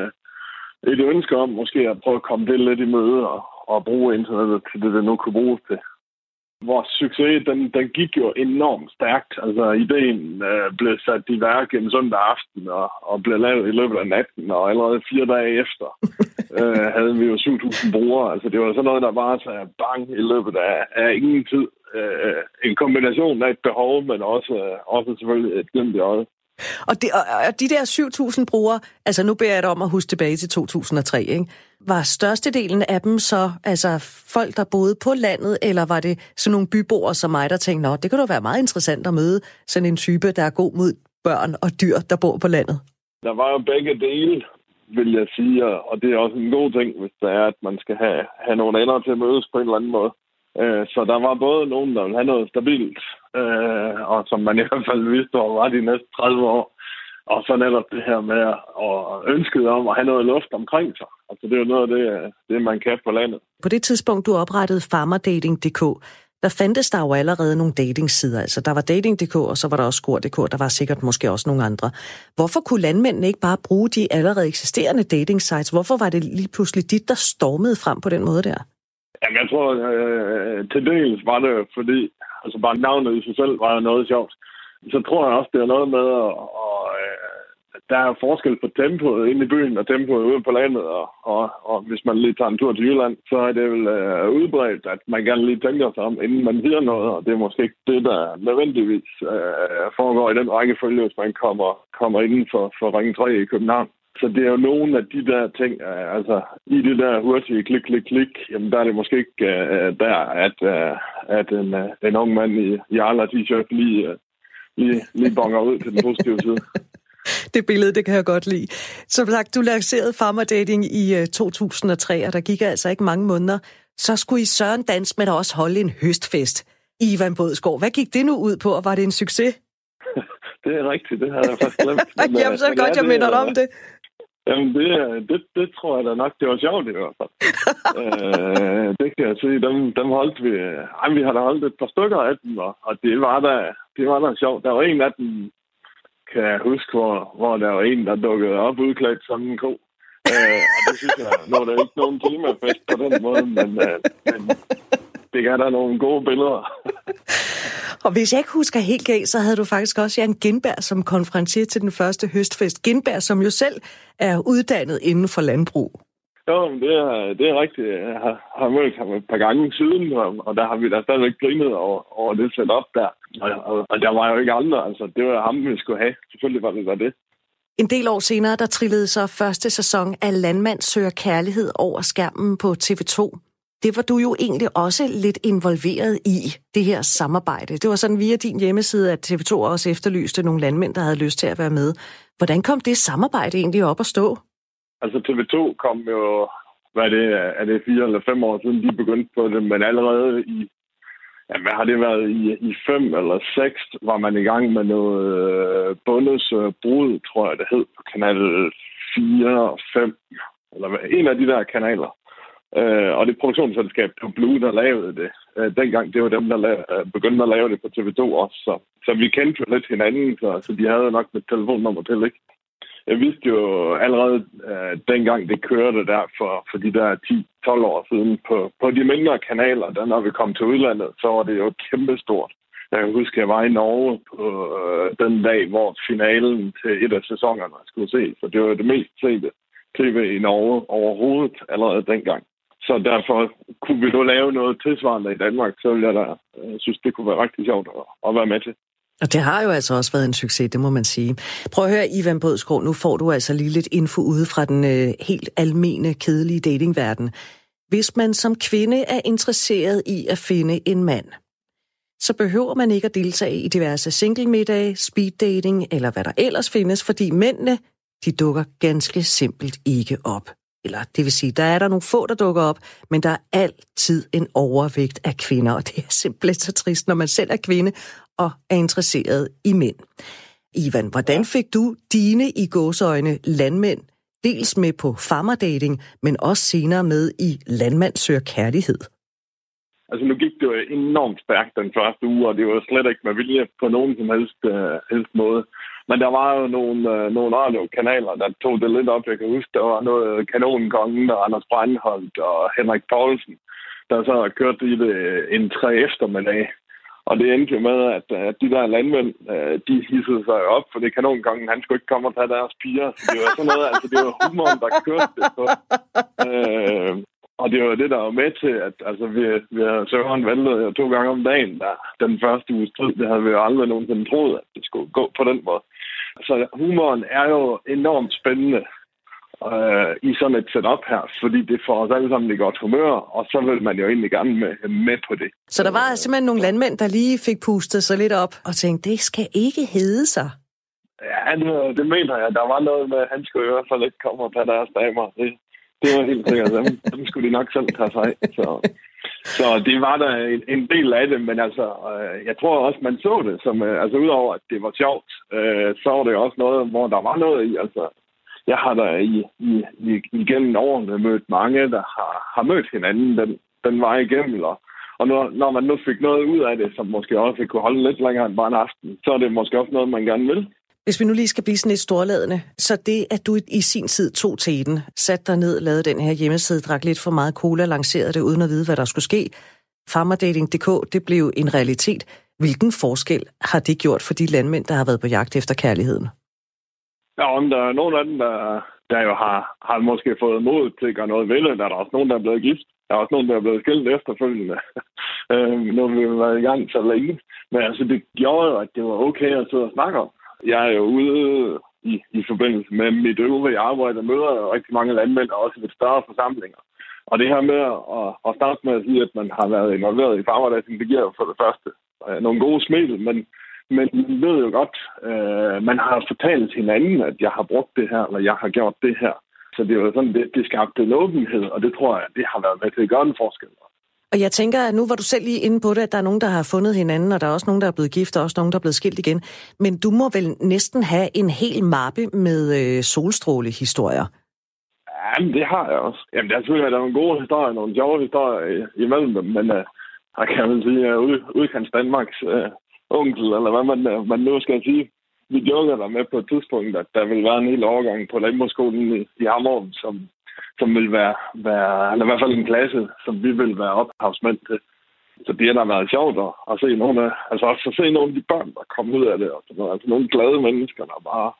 et ønske om måske at prøve at komme det lidt i møde, og bruge internettet til det nu kunne bruges til. Vores succes, den gik jo enormt stærkt. Altså, ideen blev sat i værk en søndag aften, og blev lavet i løbet af natten, og allerede 4 dage efter havde vi jo 7.000 brugere. Altså, det var sådan noget, der bare sagde bang i løbet af ingen tid. En kombination af et behov, men også selvfølgelig et glimt i øjet. Og de der 7.000 brugere, altså nu beder jeg dig om at huske tilbage til 2003, ikke? Var størstedelen af dem så altså folk, der boede på landet, eller var det sådan nogle byboere som mig, der tænkte, det kunne da være meget interessant at møde sådan en type, der er god mod børn og dyr, der bor på landet? Der var jo begge dele, vil jeg sige, og det er også en god ting, hvis det er, at man skal have nogle ender til at mødes på en eller anden måde. Så der var både nogen, der ville have noget stabilt, og som man i hvert fald vidste, var de næste 30 år. Og så netop det her med at ønsket om at have noget luft omkring sig. Altså det er jo noget af det man kan på landet. På det tidspunkt, du oprettede farmerdating.dk, der fandtes der jo allerede nogle datingsider. Altså der var dating.dk, og så var der også Skor.dk, der var sikkert måske også nogle andre. Hvorfor kunne landmændene ikke bare bruge de allerede eksisterende dating-sites? Hvorfor var det lige pludselig dit, der stormede frem på den måde der? Jamen, jeg tror, til dels var det fordi, altså bare navnet i sig selv var jo noget sjovt. Så tror jeg også, det er noget med, der er forskel på tempoet inde i byen og tempoet ude på landet. Og hvis man lige tager en tur til Jylland, så er det vel udbredt, at man gerne lige tænker sig om, inden man siger noget. Og det er måske ikke det, der nødvendigvis foregår i den rækkefølge, hvis man kommer inden for Ring 3 i København. Så det er jo nogle af de der ting, altså i det der hurtige klik, jamen der er det måske ikke der, at en ung mand i Arla t-shirt lige bonger ud til den positive side. Det billede, det kan jeg godt lide. Som sagt, du lancerede farmerdating i 2003, og der gik altså ikke mange måneder. Så skulle I søren danse, men også holde en høstfest. Ivan Bådskov, hvad gik det nu ud på, og var det en succes? Det er rigtigt, det havde jeg faktisk glemt. Jamen, så er det godt, jeg minder dig om det. Jamen, det tror jeg da nok, det var sjovt i hvert fald. Det kan jeg sige. Dem holdt vi... vi har da holdt et par stykker af dem, og det var da sjovt. Der var en af dem, kan jeg huske, hvor der var en, der dukkede op udklædt som en ko. Og det synes jeg, nu er der ikke nogen klimafest på den måde, men det gav der nogle gode billeder. Og hvis jeg ikke husker helt galt, så havde du faktisk også Jan Gindberg som konferencier til den første høstfest. Gindberg, som jo selv er uddannet inden for landbrug. Jo, det er rigtigt. Jeg har mødt ham et par gange siden, og der har vi da stadigvæk grinet over det setup der. Og der var jo ikke andre, altså det var ham, vi skulle have. Selvfølgelig var det. En del år senere, der trillede så første sæson af Landmand søger kærlighed over skærmen på TV2. Det var du jo egentlig også lidt involveret i, det her samarbejde. Det var sådan via din hjemmeside, at TV2 også efterlyste nogle landmænd, der havde lyst til at være med. Hvordan kom det samarbejde egentlig op at stå? Altså TV2 kom jo, er det 4 eller 5 år siden, de begyndte på det, men allerede i, hvad har det været, i 5 eller 6 var man i gang med noget Bondes brud, tror jeg det hed, på kanal 4 og 5, eller en af de der kanaler. Og det produktionsselskab, det var Blue, der lavede det. Dengang, det var dem, der begyndte at lave det på TV2 også. Så vi kendte jo lidt hinanden, så de havde nok et telefonnummer til, ikke? Jeg vidste jo allerede dengang, det kørte der for de der 10-12 år siden på de mindre kanaler, der når vi kom til udlandet, så var det jo kæmpestort. Jeg kan huske, at jeg var i Norge på den dag, hvor finalen til et af sæsonerne skulle se. Så det var det mest sete tv i Norge overhovedet allerede dengang. Så derfor kunne vi nu lave noget tilsvarende i Danmark, så ville jeg da synes, det kunne være rigtig sjovt at være med til. Og det har jo altså også været en succes, det må man sige. Prøv at høre, Ivan Bådskov, nu får du altså lige lidt info ude fra den helt almene, kedelige datingverden. Hvis man som kvinde er interesseret i at finde en mand, så behøver man ikke at deltage i diverse single-middage, speed-dating eller hvad der ellers findes, fordi mændene, de dukker ganske simpelt ikke op. Eller det vil sige, der er der nogle få, der dukker op, men der er altid en overvægt af kvinder, og det er simpelthen så trist, når man selv er kvinde og er interesseret i mænd. Ivan, hvordan fik du dine i gåseøjne landmænd dels med på farmerdating, men også senere med i Landmand søger kærlighed? Altså nu gik det jo enormt stærkt den første uge, og det var slet ikke med vilje på nogen som helst måde. Men der var jo nogle radiokanaler, der tog det lidt op. Jeg kan huske, der var noget Kanonkongen og Anders Breinholt og Henrik Poulsen, der så kørte i det en 3 eftermiddag. Og det endte jo med, at de der landmænd, de hissede sig op, fordi Kanonkongen, han skulle ikke komme og tage deres piger. Så det var sådan noget, altså det var humoren, der kørte det på. Og det var det, der var med til, at altså, vi har Søren valgt 2 gange om dagen, der den første uges tid. Det havde vi jo aldrig nogensinde troet, at det skulle gå på den måde. Så humoren er jo enormt spændende i sådan et setup her, fordi det får os alle sammen i godt humør, og så vil man jo egentlig gerne med på det. Så der var simpelthen nogle landmænd, der lige fik pustet sig lidt op og tænkte, det skal ikke hedde sig. Ja, det mener jeg. Der var noget med, at han skulle i hvert fald ikke komme og tage deres damer. Det var helt sikkert. Dem skulle de nok selv tage sig af. Så det var der en del af det, men altså, jeg tror også, man så det som, altså udover at det var sjovt, så var det også noget, hvor der var noget i, altså, jeg har da igennem årene mødt mange, der har mødt hinanden den vej igennem, og når man nu fik noget ud af det, som måske også kunne holde lidt længere end bare en aften, så er det måske også noget, man gerne vil. Hvis vi nu lige skal blive sådan lidt storladende, så det, at du i sin tid tog teten, satte dig ned, lavede den her hjemmeside, drak lidt for meget cola, lancerede det uden at vide, hvad der skulle ske. Farmerdating.dk, det blev en realitet. Hvilken forskel har det gjort for de landmænd, der har været på jagt efter kærligheden? Ja, om der er nogle af dem, der jo har måske fået mod til at gøre noget ved det. Der er også nogen, der er blevet gift. Der er også nogen, der er blevet skilt efterfølgende. Nu har vi jo været i gang så længe. Men altså, det gjorde jo, at det var okay at sidde og snakke om. Jeg er jo ude i forbindelse med mit øvrige arbejde og møder rigtig mange landmænd, og også ved større forsamlinger. Og det her med at starte med at sige, at man har været involveret i farmerdating, det giver jo for det første nogle gode smil, men vi ved jo godt, man har fortalt hinanden, at jeg har brugt det her, eller jeg har gjort det her. Så det er jo sådan, det skabte en åbenhed, og det tror jeg, det har været med til at gøre en forskel. Og jeg tænker, at nu var du selv lige inde på det, at der er nogen, der har fundet hinanden, og der er også nogen, der er blevet gift, og også nogen, der er blevet skilt igen. Men du må vel næsten have en hel mappe med solstrålehistorier. Jamen, det har jeg også. Jamen, der er selvfølgelig nogle gode historier, nogle sjove historier imellem dem, men jeg kan vel sige, udkants Danmarks onkel, eller hvad man nu skal sige. Vi joker der med på et tidspunkt, at der vil være en hel overgang på landbrugsskolen i Hammerum, som vil være, eller i hvert fald en klasse, som vi vil være ophavsmænd til. Så det har da været sjovt at se nogle af de børn, der kommer ud af det. Altså nogle glade mennesker, der bare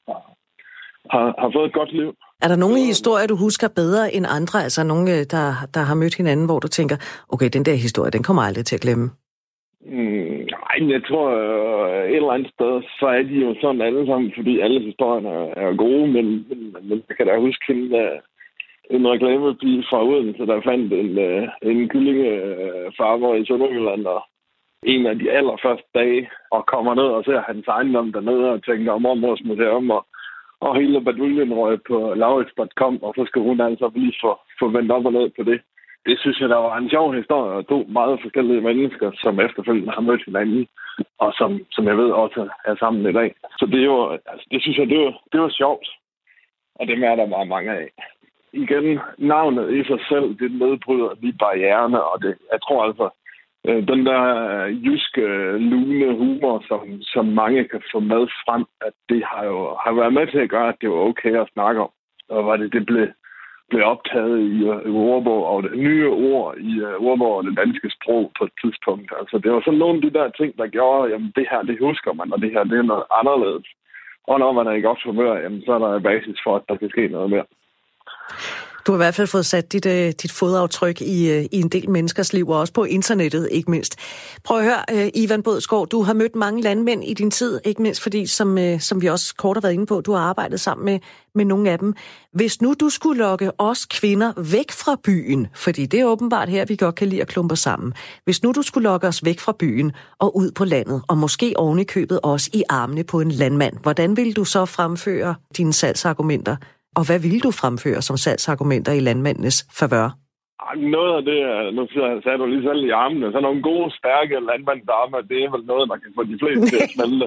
har fået et godt liv. Er der nogle historier, du husker bedre end andre? Altså nogle, der har mødt hinanden, hvor du tænker, okay, den der historie, den kommer aldrig til at glemme? Nej, jeg tror et eller andet sted, så er de jo sådan alle sammen, fordi alle historierne er gode, men jeg kan da huske en reklamepige fra Odense, der fandt en kyllingefarmer i Sønderjylland, og en af de allerførste dage, og kommer ned og ser hans ejendom dernede, og tænker om Mormors Museum, og hele baduljen røg på laurits.com, og så skal hun altså lige få vendt op og ned på det. Det synes jeg, der var en sjov historie, og 2 meget forskellige mennesker, som efterfølgende har mødt hinanden, og som jeg ved også er sammen i dag. Så det er jo, altså, det synes jeg, det var sjovt, og dem er der meget mange af. Igen, navnet i sig selv, det nedbryder de barriererne, og det, jeg tror altså, den der jyske, lune humor, som mange kan få med frem, at det har været med til at gøre, at det var okay at snakke om. Og var det blev optaget i ordbog, og det nye ord i ordbog og det danske sprog på et tidspunkt. Altså, det var sådan nogle af de der ting, der gjorde, jamen det her, det husker man, og det her, det er noget anderledes. Og når man er i godt humør, jamen så er der basis for, at der kan ske noget mere. Du har i hvert fald fået sat dit fodaftryk i en del menneskers liv, og også på internettet, ikke mindst. Prøv at høre, Ivan Bådsgaard, du har mødt mange landmænd i din tid, ikke mindst fordi, som vi også kort har været inde på, du har arbejdet sammen med nogle af dem. Hvis nu du skulle lokke os kvinder væk fra byen, fordi det er åbenbart her, vi godt kan lide at klumpe sammen. Hvis nu du skulle lokke os væk fra byen og ud på landet, og måske oven i købet også i armene på en landmand, hvordan ville du så fremføre dine salgsargumenter? Og hvad vil du fremføre som salgsargumenter i landmændenes favør? Noget af det, nu sagde du lige selv i armene, så nogle gode, stærke landmandsarme, det er vel noget, man kan få de fleste til at smelte.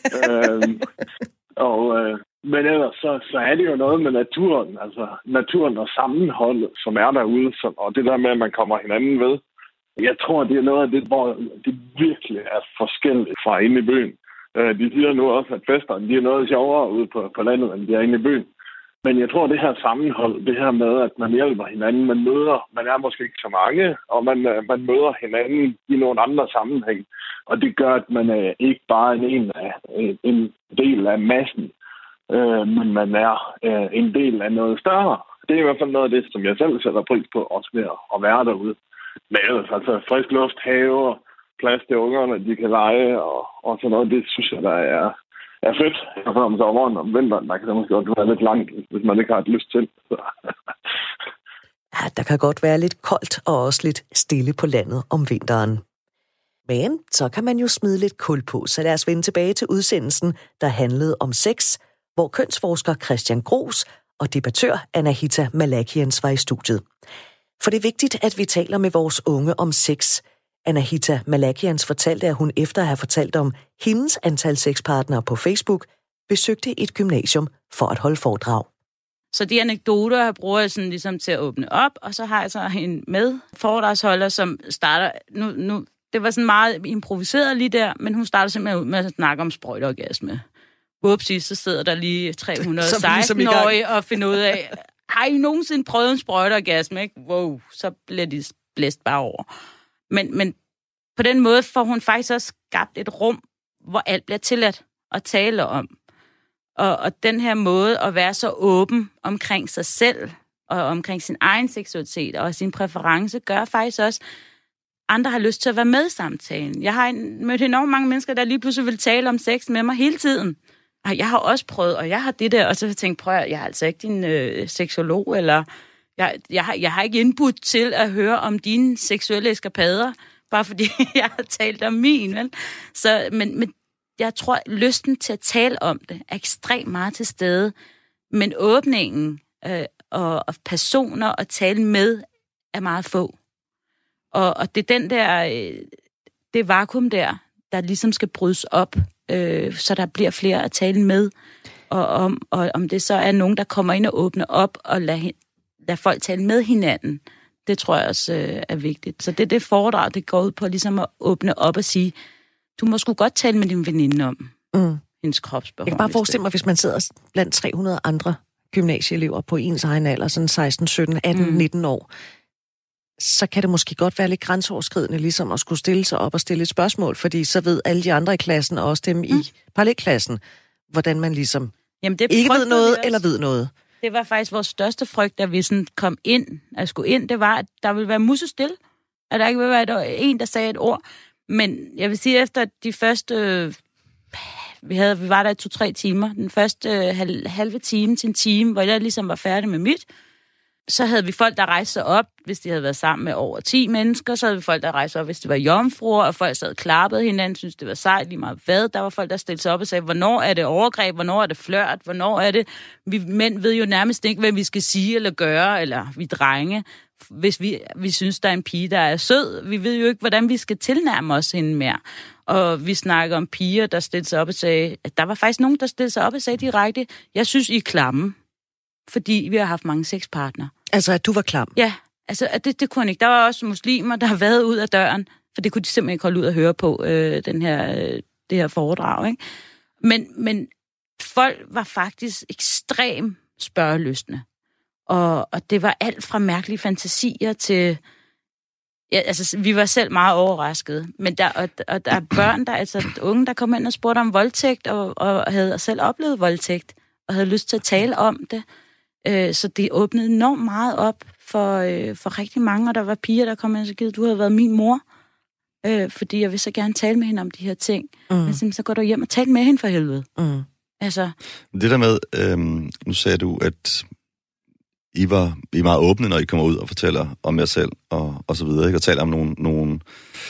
Men ellers, så er det jo noget med naturen, altså naturen og sammenholdet, som er derude, og det der med, at man kommer hinanden ved. Jeg tror, det er noget af det, hvor det virkelig er forskelligt fra inde i byen. De siger nu også, at festerne, de er noget sjovere ude på landet, end de er inde i byen. Men jeg tror, det her sammenhold, det her med, at man hjælper hinanden, man er måske ikke så mange, og man møder hinanden i nogle andre sammenhæng. Og det gør, at man er ikke bare en del af massen, men man er en del af noget større. Det er i hvert fald noget af det, som jeg selv sætter pris på, også ved at være derude. Men ellers, altså frisk luft, haver, plads til ungerne, de kan lege, og sådan noget, det synes jeg, der er fedt. Og så om sommeren, om vinteren, der kan det måske godt være lidt langt, hvis man ikke har et lyst til. Ja, der kan godt være lidt koldt og også lidt stille på landet om vinteren. Men så kan man jo smide lidt kul på, så lad os vende tilbage til udsendelsen, der handlede om sex, hvor kønsforsker Christian Gros og debattør Anahita Malakians var i studiet. For det er vigtigt, at vi taler med vores unge om sex. Anahita Malakians fortalte, at hun efter at have fortalt om hendes antal sexpartnere på Facebook, besøgte et gymnasium for at holde foredrag. Så de anekdoter, jeg bruger sådan ligesom til at åbne op, og så har jeg så en med foredragsholder, som starter... Nu, det var sådan meget improviseret lige der, men hun starter simpelthen ud med at snakke om sprøjteorgasme. Whoopsie, så sidder der lige 316-årige og finder ud af, har I nogensinde prøvet en sprøjteorgasme, ikke? Wow, så bliver de blæst bare over. Men på den måde får hun faktisk også skabt et rum, hvor alt bliver tilladt at tale om. Og den her måde at være så åben omkring sig selv, og omkring sin egen seksualitet og sin præference, gør faktisk også, andre har lyst til at være med i samtalen. Jeg har mødt enormt mange mennesker, der lige pludselig vil tale om sex med mig hele tiden. Og jeg har også prøvet, og jeg har det der, og så har jeg tænkt, prøv at jeg er altså ikke din seksolog, eller jeg har ikke indbudt til at høre om dine seksuelle eskapader, bare fordi jeg har talt om min, vel? Så, men jeg tror, lysten til at tale om det er ekstremt meget til stede, men åbningen og personer at tale med er meget få. Og det er den der, det vakuum der ligesom skal brydes op, så der bliver flere at tale med, og om det så er nogen, der kommer ind og åbner op og lade folk tale med hinanden. Det tror jeg også er vigtigt. Så det foredrag, det går ud på ligesom at åbne op og sige, du må sgu godt tale med din veninde om hendes kropsbehov. Jeg kan bare forestille mig, hvis man sidder blandt 300 andre gymnasieelever på ens egen alder, sådan 16, 17, 18, 19 år, så kan det måske godt være lidt grænseoverskridende, ligesom at skulle stille sig op og stille et spørgsmål, fordi så ved alle de andre i klassen, og også dem i parallelklassen, hvordan man ligesom ikke ved noget, eller ved noget. Det var faktisk vores største frygt, da vi sådan kom ind, at skulle ind, det var, at der ville være musestille, at der ikke ville være en, der sagde et ord. Men jeg vil sige, efter de første... Vi var der i 2-3 timer. Den første halve time til en time, hvor jeg ligesom var færdig med mit. Så havde vi folk, der rejste sig op, hvis de havde været sammen med over 10 mennesker. Så havde vi folk, der rejste sig op, hvis det var jomfruer, og folk sad klappede hinanden, syntes det var sejt lige meget hvad. Der var folk, der stillede sig op og sagde, hvornår er det overgreb, hvornår er det flørt, hvornår er det... Vi mænd ved jo nærmest ikke, hvad vi skal sige eller gøre, eller vi drenge, hvis vi synes, der er en pige, der er sød. Vi ved jo ikke, hvordan vi skal tilnærme os hende mere. Og vi snakker om piger, der stillede sig op og sagde... Der var faktisk nogen, der stillede sig op og sagde direkte, jeg synes, I er klamme, fordi vi har haft mange sexpartnere. Altså, at du var klam? Ja, altså det kunne ikke. Der var også muslimer, der har været ud af døren, for det kunne de simpelthen ikke holde ud at høre på, det her foredrag, ikke? Men folk var faktisk ekstremt spørgelystne. Og det var alt fra mærkelige fantasier til... Ja, altså, vi var selv meget overraskede. Men der er børn, unge, der kom ind og spurgte om voldtægt, og havde selv oplevet voldtægt, og havde lyst til at tale om det. Så det åbnede enormt meget op for rigtig mange, og der var piger, der kom ind og sagde, du havde været min mor, fordi jeg vil så gerne tale med hende om de her ting. Men så går du hjem og tale med hende for helvede. Altså. Det der med, nu sagde du, at I er meget åbne, når I kommer ud og fortæller om jer selv, og så videre, ikke? Og taler om nogle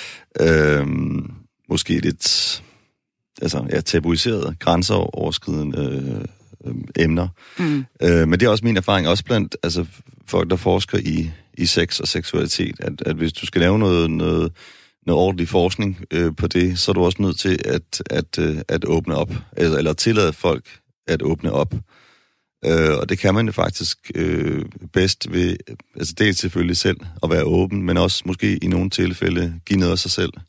måske lidt tabuiserede, grænseoverskridende emner. Men det er også min erfaring, også blandt folk, der forsker i sex og seksualitet, at hvis du skal lave noget ordentlig forskning på det, så er du også nødt til at åbne op, eller tillade folk at åbne op. Og det kan man jo faktisk bedst ved, dels selvfølgelig selv at være åben, men også måske i nogle tilfælde give noget af sig selv.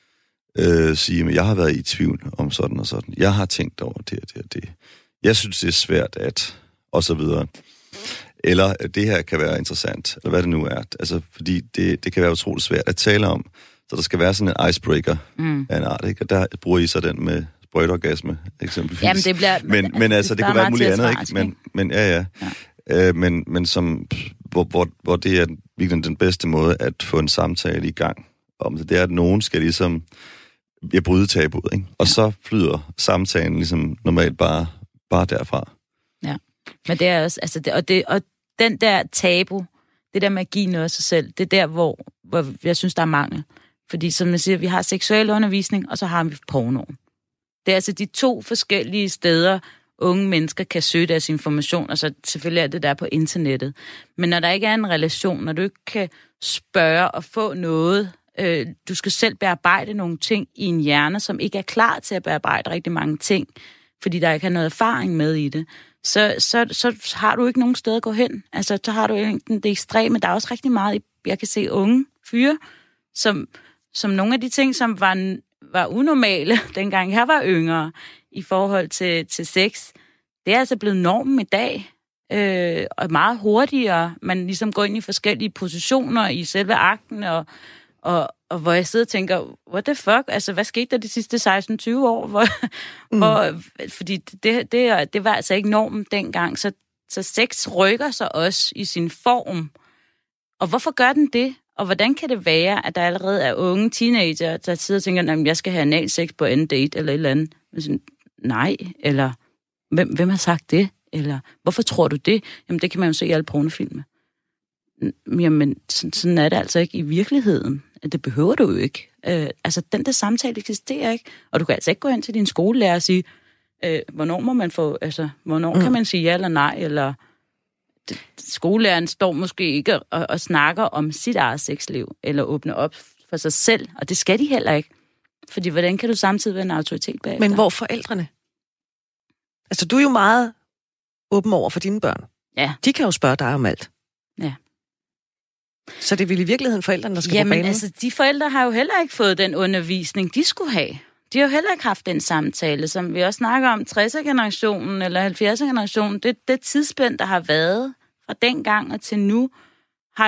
Sige, at jeg har været i tvivl om sådan og sådan. Jeg har tænkt over det og det og det. Jeg synes, det er svært og så videre. Eller det her kan være interessant, eller hvad det nu er. Altså, fordi det kan være utroligt svært at tale om. Så der skal være sådan en icebreaker af en art, ikke? Og der bruger I så den med sprøjteorgasme, eksempelvis. Jamen, det bliver... Men altså, det kunne være muligt andet, ikke? Men ja. Men som, hvor det er virkelig den bedste måde at få en samtale i gang om det, er, at nogen skal ligesom bryde tabuet, ikke? Og så flyder samtalen ligesom normalt bare derfra. Ja, men det er også, og den der tabu, det der med at give noget af sig selv, det er der, hvor jeg synes, der er mangel. Fordi som jeg siger, vi har seksuel undervisning, og så har vi pornoen. Det er altså de 2 forskellige steder, unge mennesker kan søge deres information, og så selvfølgelig er det der på internettet. Men når der ikke er en relation, når du ikke kan spørge og få noget, du skal selv bearbejde nogle ting i en hjerne, som ikke er klar til at bearbejde rigtig mange ting, fordi der ikke har noget erfaring med i det, så har du ikke nogen sted at gå hen. Altså, så har du det ekstreme. Der er også rigtig meget, jeg kan se unge fyre, som nogle af de ting, som var unormale, dengang jeg var yngre, i forhold til sex, det er altså blevet normen i dag, og meget hurtigere. Man ligesom går ind i forskellige positioner i selve akten, og hvor jeg sidder og tænker, what the fuck? Altså, hvad skete der de sidste 16-20 år? Fordi det var altså ikke normen dengang, så sex rykker sig også i sin form. Og hvorfor gør den det? Og hvordan kan det være, at der allerede er unge teenager, der sidder og tænker, at jeg skal have analsex på anden date, eller et eller andet? Sådan, nej, eller hvem har sagt det? Eller hvorfor tror du det? Jamen, det kan man jo se i alle pornofilmer. Jamen, sådan er det altså ikke i virkeligheden. Det behøver du jo ikke. Altså, den der samtale eksisterer ikke. Og du kan altså ikke gå hen til din skolelærer og sige, hvornår må man få, altså, hvornår kan man sige ja eller nej, eller skolelæreren står måske ikke og snakker om sit eget sexliv, eller åbner op for sig selv, og det skal de heller ikke. Fordi hvordan kan du samtidig være en autoritet bagefter? Men hvor forældrene? Altså, du er jo meget åben over for dine børn. Ja. De kan jo spørge dig om alt. Ja. Så det vil i virkeligheden forældrene, der skal på banen? Jamen, altså, de forældre har jo heller ikke fået den undervisning, de skulle have. De har jo heller ikke haft den samtale, som vi også snakker om, 60'er-generationen eller 70'er-generationen. Det tidsspænd, der har været fra dengang og til nu, der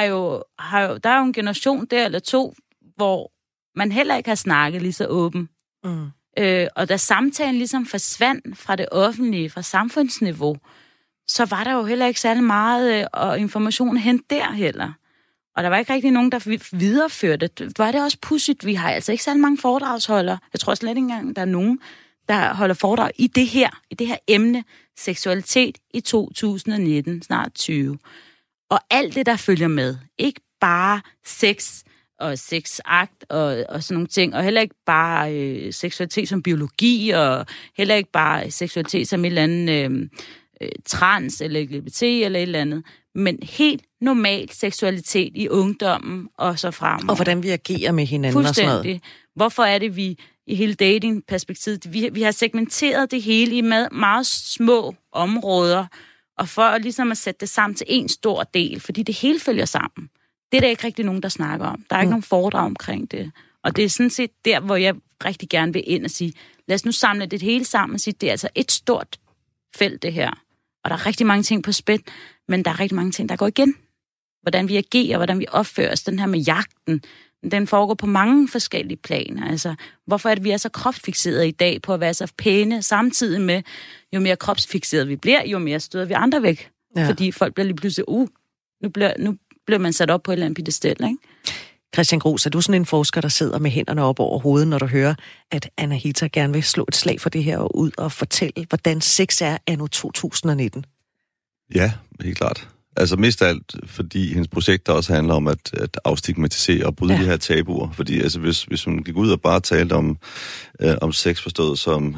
er jo en generation der eller to, hvor man heller ikke har snakket lige så åben. Mm. Og da samtalen ligesom forsvandt fra det offentlige, fra samfundsniveau, så var der jo heller ikke særlig meget information hen der heller. Og der var ikke rigtig nogen, der videreførte det. Var det også pudsigt? Vi har altså ikke særlig mange foredragsholdere. Jeg tror slet ikke engang, der er nogen, der holder foredrag i det her emne, seksualitet i 2019, snart 20. Og alt det, der følger med. Ikke bare sex og sexakt og sådan nogle ting, og heller ikke bare seksualitet som biologi, og heller ikke bare seksualitet som et eller andet trans eller LGBT eller et eller andet, men helt normal seksualitet i ungdommen og så fremover. Og hvordan vi agerer med hinanden og sådan noget. Hvorfor er det, vi i hele dating-perspektivet, vi har segmenteret det hele i meget små områder, og for ligesom at sætte det sammen til en stor del, fordi det hele følger sammen. Det er der ikke rigtig nogen, der snakker om. Der er ikke nogen foredrag omkring det. Og det er sådan set der, hvor jeg rigtig gerne vil ind og sige, lad os nu samle det hele sammen og sige, det er altså et stort felt, det her. Og der er rigtig mange ting på spil, men der er rigtig mange ting, der går igen. Hvordan vi agerer, hvordan vi opfører os, den her med jagten, den foregår på mange forskellige planer. Altså, hvorfor er det, vi er så kropsfikserede i dag på at være så pæne, samtidig med, jo mere kropsfikseret vi bliver, jo mere støder vi andre væk. Ja. Fordi folk bliver lige pludselig, nu bliver man sat op på et eller andet piedestal, ikke? Christian Gruus, er du sådan en forsker, der sidder med hænderne op over hovedet, når du hører, at Anahita gerne vil slå et slag for det her og ud og fortælle, hvordan sex er anno 2019? Ja, helt klart. Altså mest af alt, fordi hendes projekter også handler om at afstigmatisere og bryde de her tabuer. Fordi altså, hvis hun gik ud og bare talte om sex forstået som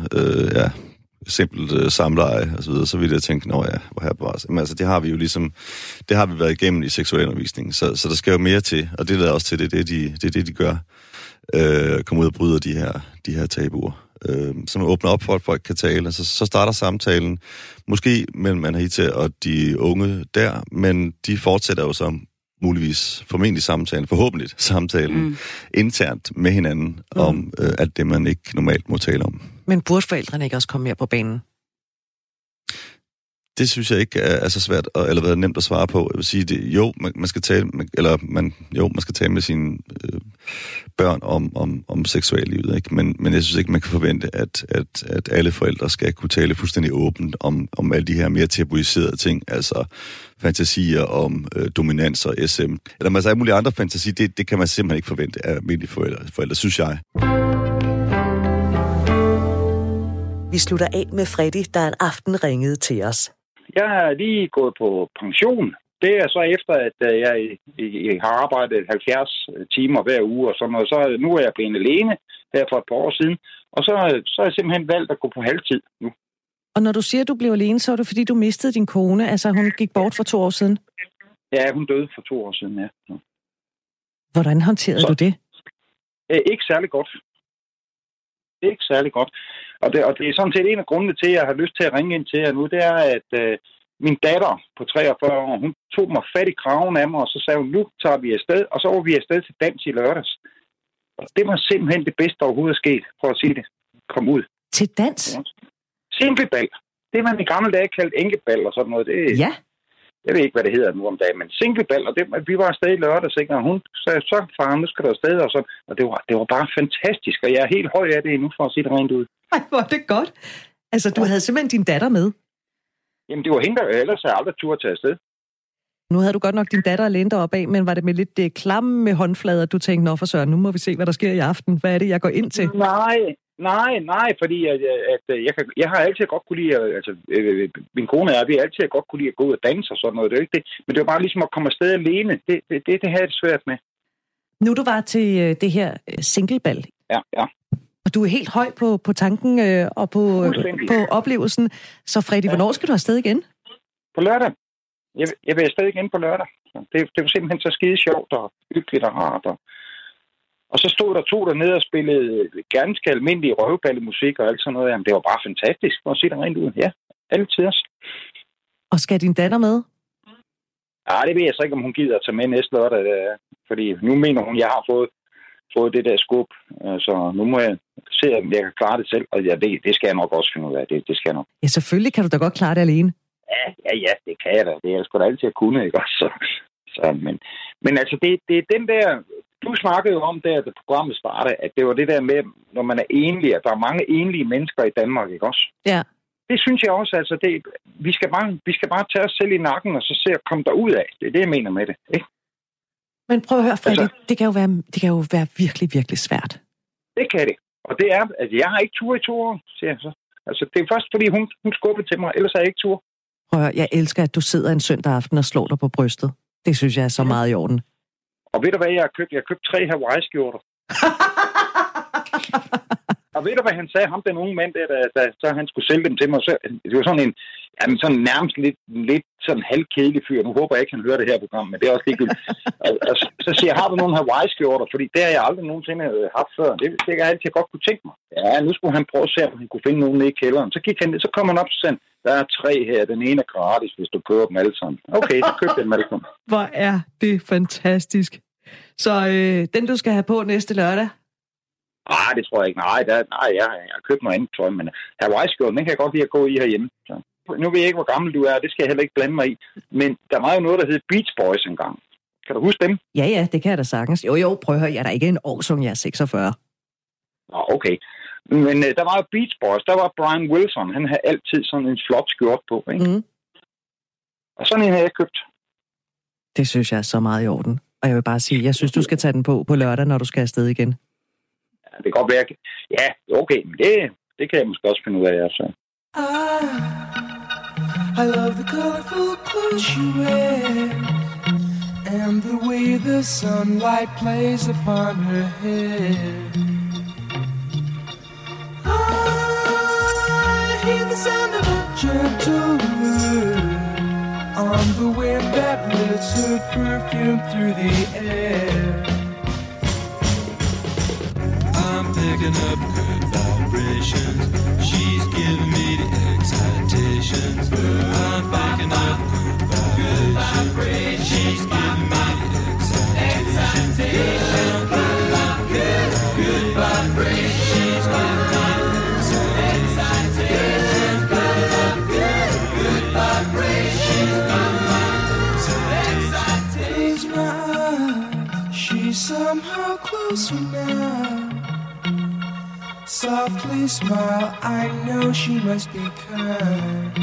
simpelt samleje og så videre, så ville jeg tænke, hvor her på os. Men altså, det har vi jo ligesom, det har vi været igennem i seksualundervisningen, så der skal jo mere til, og det lader også til, det er det, de gør. Komme ud og bryde de her tabuer. Som åbner op for, at folk kan tale. Så starter samtalen, måske mellem Anahita og de unge der, men de fortsætter jo så formentlig samtalen internt med hinanden om alt det, man ikke normalt må tale om. Men burde forældrene ikke også komme mere på banen? Det synes jeg ikke er så svært eller været nemt at svare på. Jeg vil sige, det, man skal tale, man skal tale med sine børn om seksuallivet, ikke? Men jeg synes ikke, man kan forvente, at alle forældre skal kunne tale fuldstændig åbent om alle de her mere tabuiserede ting, altså fantasier om dominans og SM. Eller man alle mulige andre fantasi, det kan man simpelthen ikke forvente af almindelige forældre, synes jeg. Vi slutter af med Freddy, der en aften ringede til os. Jeg er lige gået på pension. Det er så efter, at jeg har arbejdet 70 timer hver uge og sådan noget. Så nu er jeg blevet alene her for et par år siden. Og så er jeg simpelthen valgt at gå på halvtid nu. Og når du siger, at du blev alene, så er det fordi, du mistede din kone. Altså, hun gik bort for 2 år siden. Ja, hun døde for 2 år siden, ja. Hvordan håndterede du det? Ikke særlig godt. Ikke særlig godt. Og det er sådan set en af grundene til, at jeg har lyst til at ringe ind til jer nu, det er, at min datter på 43 år, hun tog mig fat i kraven af mig, og så sagde hun, nu tager vi afsted, og så var vi afsted til dans i lørdags. Og det var simpelthen det bedste, der overhovedet er sket, for at sige det. Kom ud. Til dans? Singlebal. Det man i gamle dage kaldte enkebal og sådan noget. Ja. Jeg ved ikke, hvad det hedder nu om dagen, men singlebal, og vi var afsted i lørdags, ikke? Og hun sagde, så far, nu skal du afsted, og sådan. Og det var bare fantastisk, og jeg er helt høj af det endnu, for at sige det rent ud. Ej, hvor er det godt. Altså, du havde simpelthen din datter med? Jamen, det var hende, der ellers havde aldrig tur til afsted. Nu havde du godt nok din datter alene deroppe af, men var det med lidt klamme med håndflader, du tænkte, nå for søren, nu må vi se, hvad der sker i aften. Hvad er det, jeg går ind til? Nej, fordi jeg har altid godt kunne lide, altså min kone og jeg, vi har altid godt kunne lide at gå ud og danse og sådan noget, det er jo ikke det. Men det var bare ligesom at komme afsted alene, det havde det svært med. Nu du var til det her singlebal. Ja. Og du er helt høj på tanken og på oplevelsen. Så Freddy, hvornår skal du afsted igen? På lørdag. Jeg vil afsted igen på lørdag. Det var simpelthen så skide sjovt og hyggeligt og rart. Og så stod der 2 dernede og spillede ganske almindelig røvballemusik og alt sådan noget. Jamen, det var bare fantastisk, for at sige det rent ud. Ja, altid også. Og skal din datter med? Ja, det ved jeg så ikke, om hun gider at tage med næste lørdag. Fordi nu mener hun, at jeg har fået det der skub. Så nu må jeg se, om jeg kan klare det selv. Og ja, det skal jeg nok også finde ud af. Det skal jeg nok. Ja, selvfølgelig kan du da godt klare det alene. Ja, det kan jeg da. Det er jeg sgu da altid at kunne, ikke også? Men altså, det er den der... Du snakkede jo om der, da programmet startede, at det var det der med, når man er enlig, at der er mange enlige mennesker i Danmark, ikke også? Ja. Det synes jeg også, altså, vi skal bare tage os selv i nakken, og så se at komme derud af. Det er det, jeg mener med det, ikke? Men prøv at høre, Freddy, altså, det kan jo være virkelig, virkelig svært. Det kan det. Og det er, at jeg har ikke tur i 2 år, siger jeg så. Altså, det er først, fordi hun skubbede til mig, ellers har jeg ikke tur. Prøv at høre, jeg elsker, at du sidder en søndag aften og slår dig på brystet. Det synes jeg er så meget i orden. Og ved du hvad, jeg har købt? Jeg har købt 3 Hawaii-skjorter. Og ved du hvad han sagde? Ham, den unge mand, så han skulle sælge dem til mig. Så, det var sådan en, sådan nærmest lidt sådan halvkedelig fyr. Nu håber jeg ikke, han hører det her program, men det er også ligegyldigt. og så siger jeg, har du nogle Hawaii-skjorter? Fordi det har jeg aldrig nogensinde haft før. Det kan jeg altid godt kunne tænke mig. Ja, nu skulle han prøve at se, om han kunne finde nogen nede i kælderen. Så gik han, så kom han op og sagde, der er 3 her. Den ene er gratis, hvis du køber dem alle sammen. Okay, så køb dem alle sammen. Hvor er det fantastisk. Så den, du skal have på næste lørdag? Nej, det tror jeg ikke. Nej, jeg har købt noget andet tøj, men Hawaii-skjorten, den kan jeg godt lide at gå i herhjemme. Så. Nu ved jeg ikke, hvor gammel du er, det skal jeg heller ikke blande mig i. Men der var jo noget, der hed Beach Boys engang. Kan du huske dem? Ja, det kan jeg da sagtens. Jo, prøv at høre, jeg er da ikke en årsung, jeg er 46. Nå, okay. Men der var jo Beach Boys, der var Brian Wilson, han havde altid sådan en flot skjort på, ikke? Mm. Og sådan en har jeg købt. Det synes jeg er så meget i orden. Og jeg vil bare sige, jeg synes, du skal tage den på lørdag, når du skal afsted igen. Ja, det kan godt være. Ja, okay, men det kan jeg måske også finde ud af, altså. I love the colorful clothes you wear and the way the sunlight plays upon her hair. I hear the sound of a gentle word on the wind that lifts her perfume through the air. I'm picking up good vibrations. She's giving me the excitations. I'm picking up good vibrations. She's giving me the excitations. Good vibrations. She's giving me the excitations. Good vibrations. Close my eyes. She's somehow closer now. Softly smile, I know she must be kind.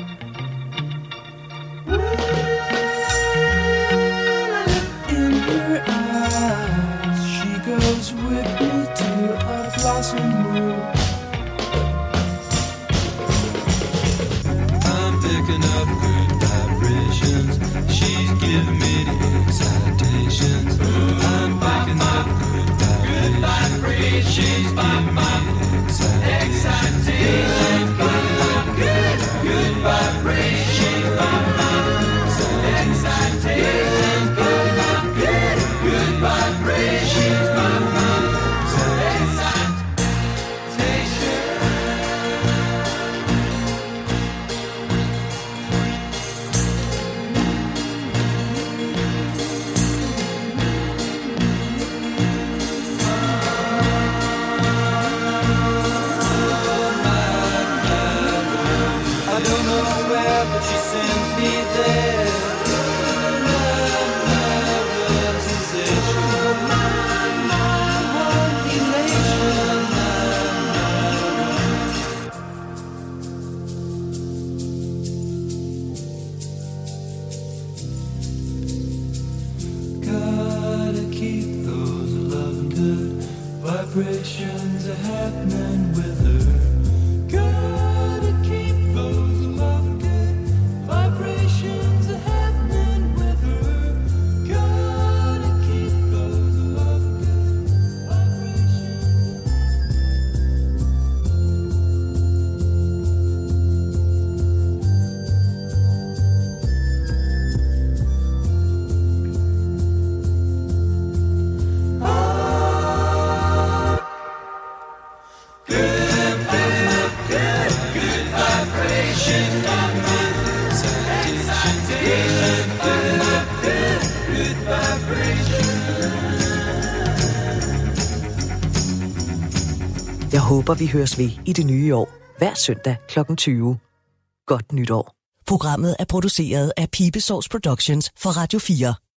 In her eyes, she goes with me to a blossom room. I'm picking up good vibrations. She's giving me the excitations. I'm picking up good vibrations. She's giving me excitations. Good vibrations. Excitations. Good vibrations. Vibrations are happening with her. Gotta keep those love good. Vibrations are happening with her. Gotta keep those love good. Vibrations. håber, vi høres ved i det nye år, hver søndag kl. 20. Godt nytår. Programmet er produceret af Pibesovs Productions for Radio 4.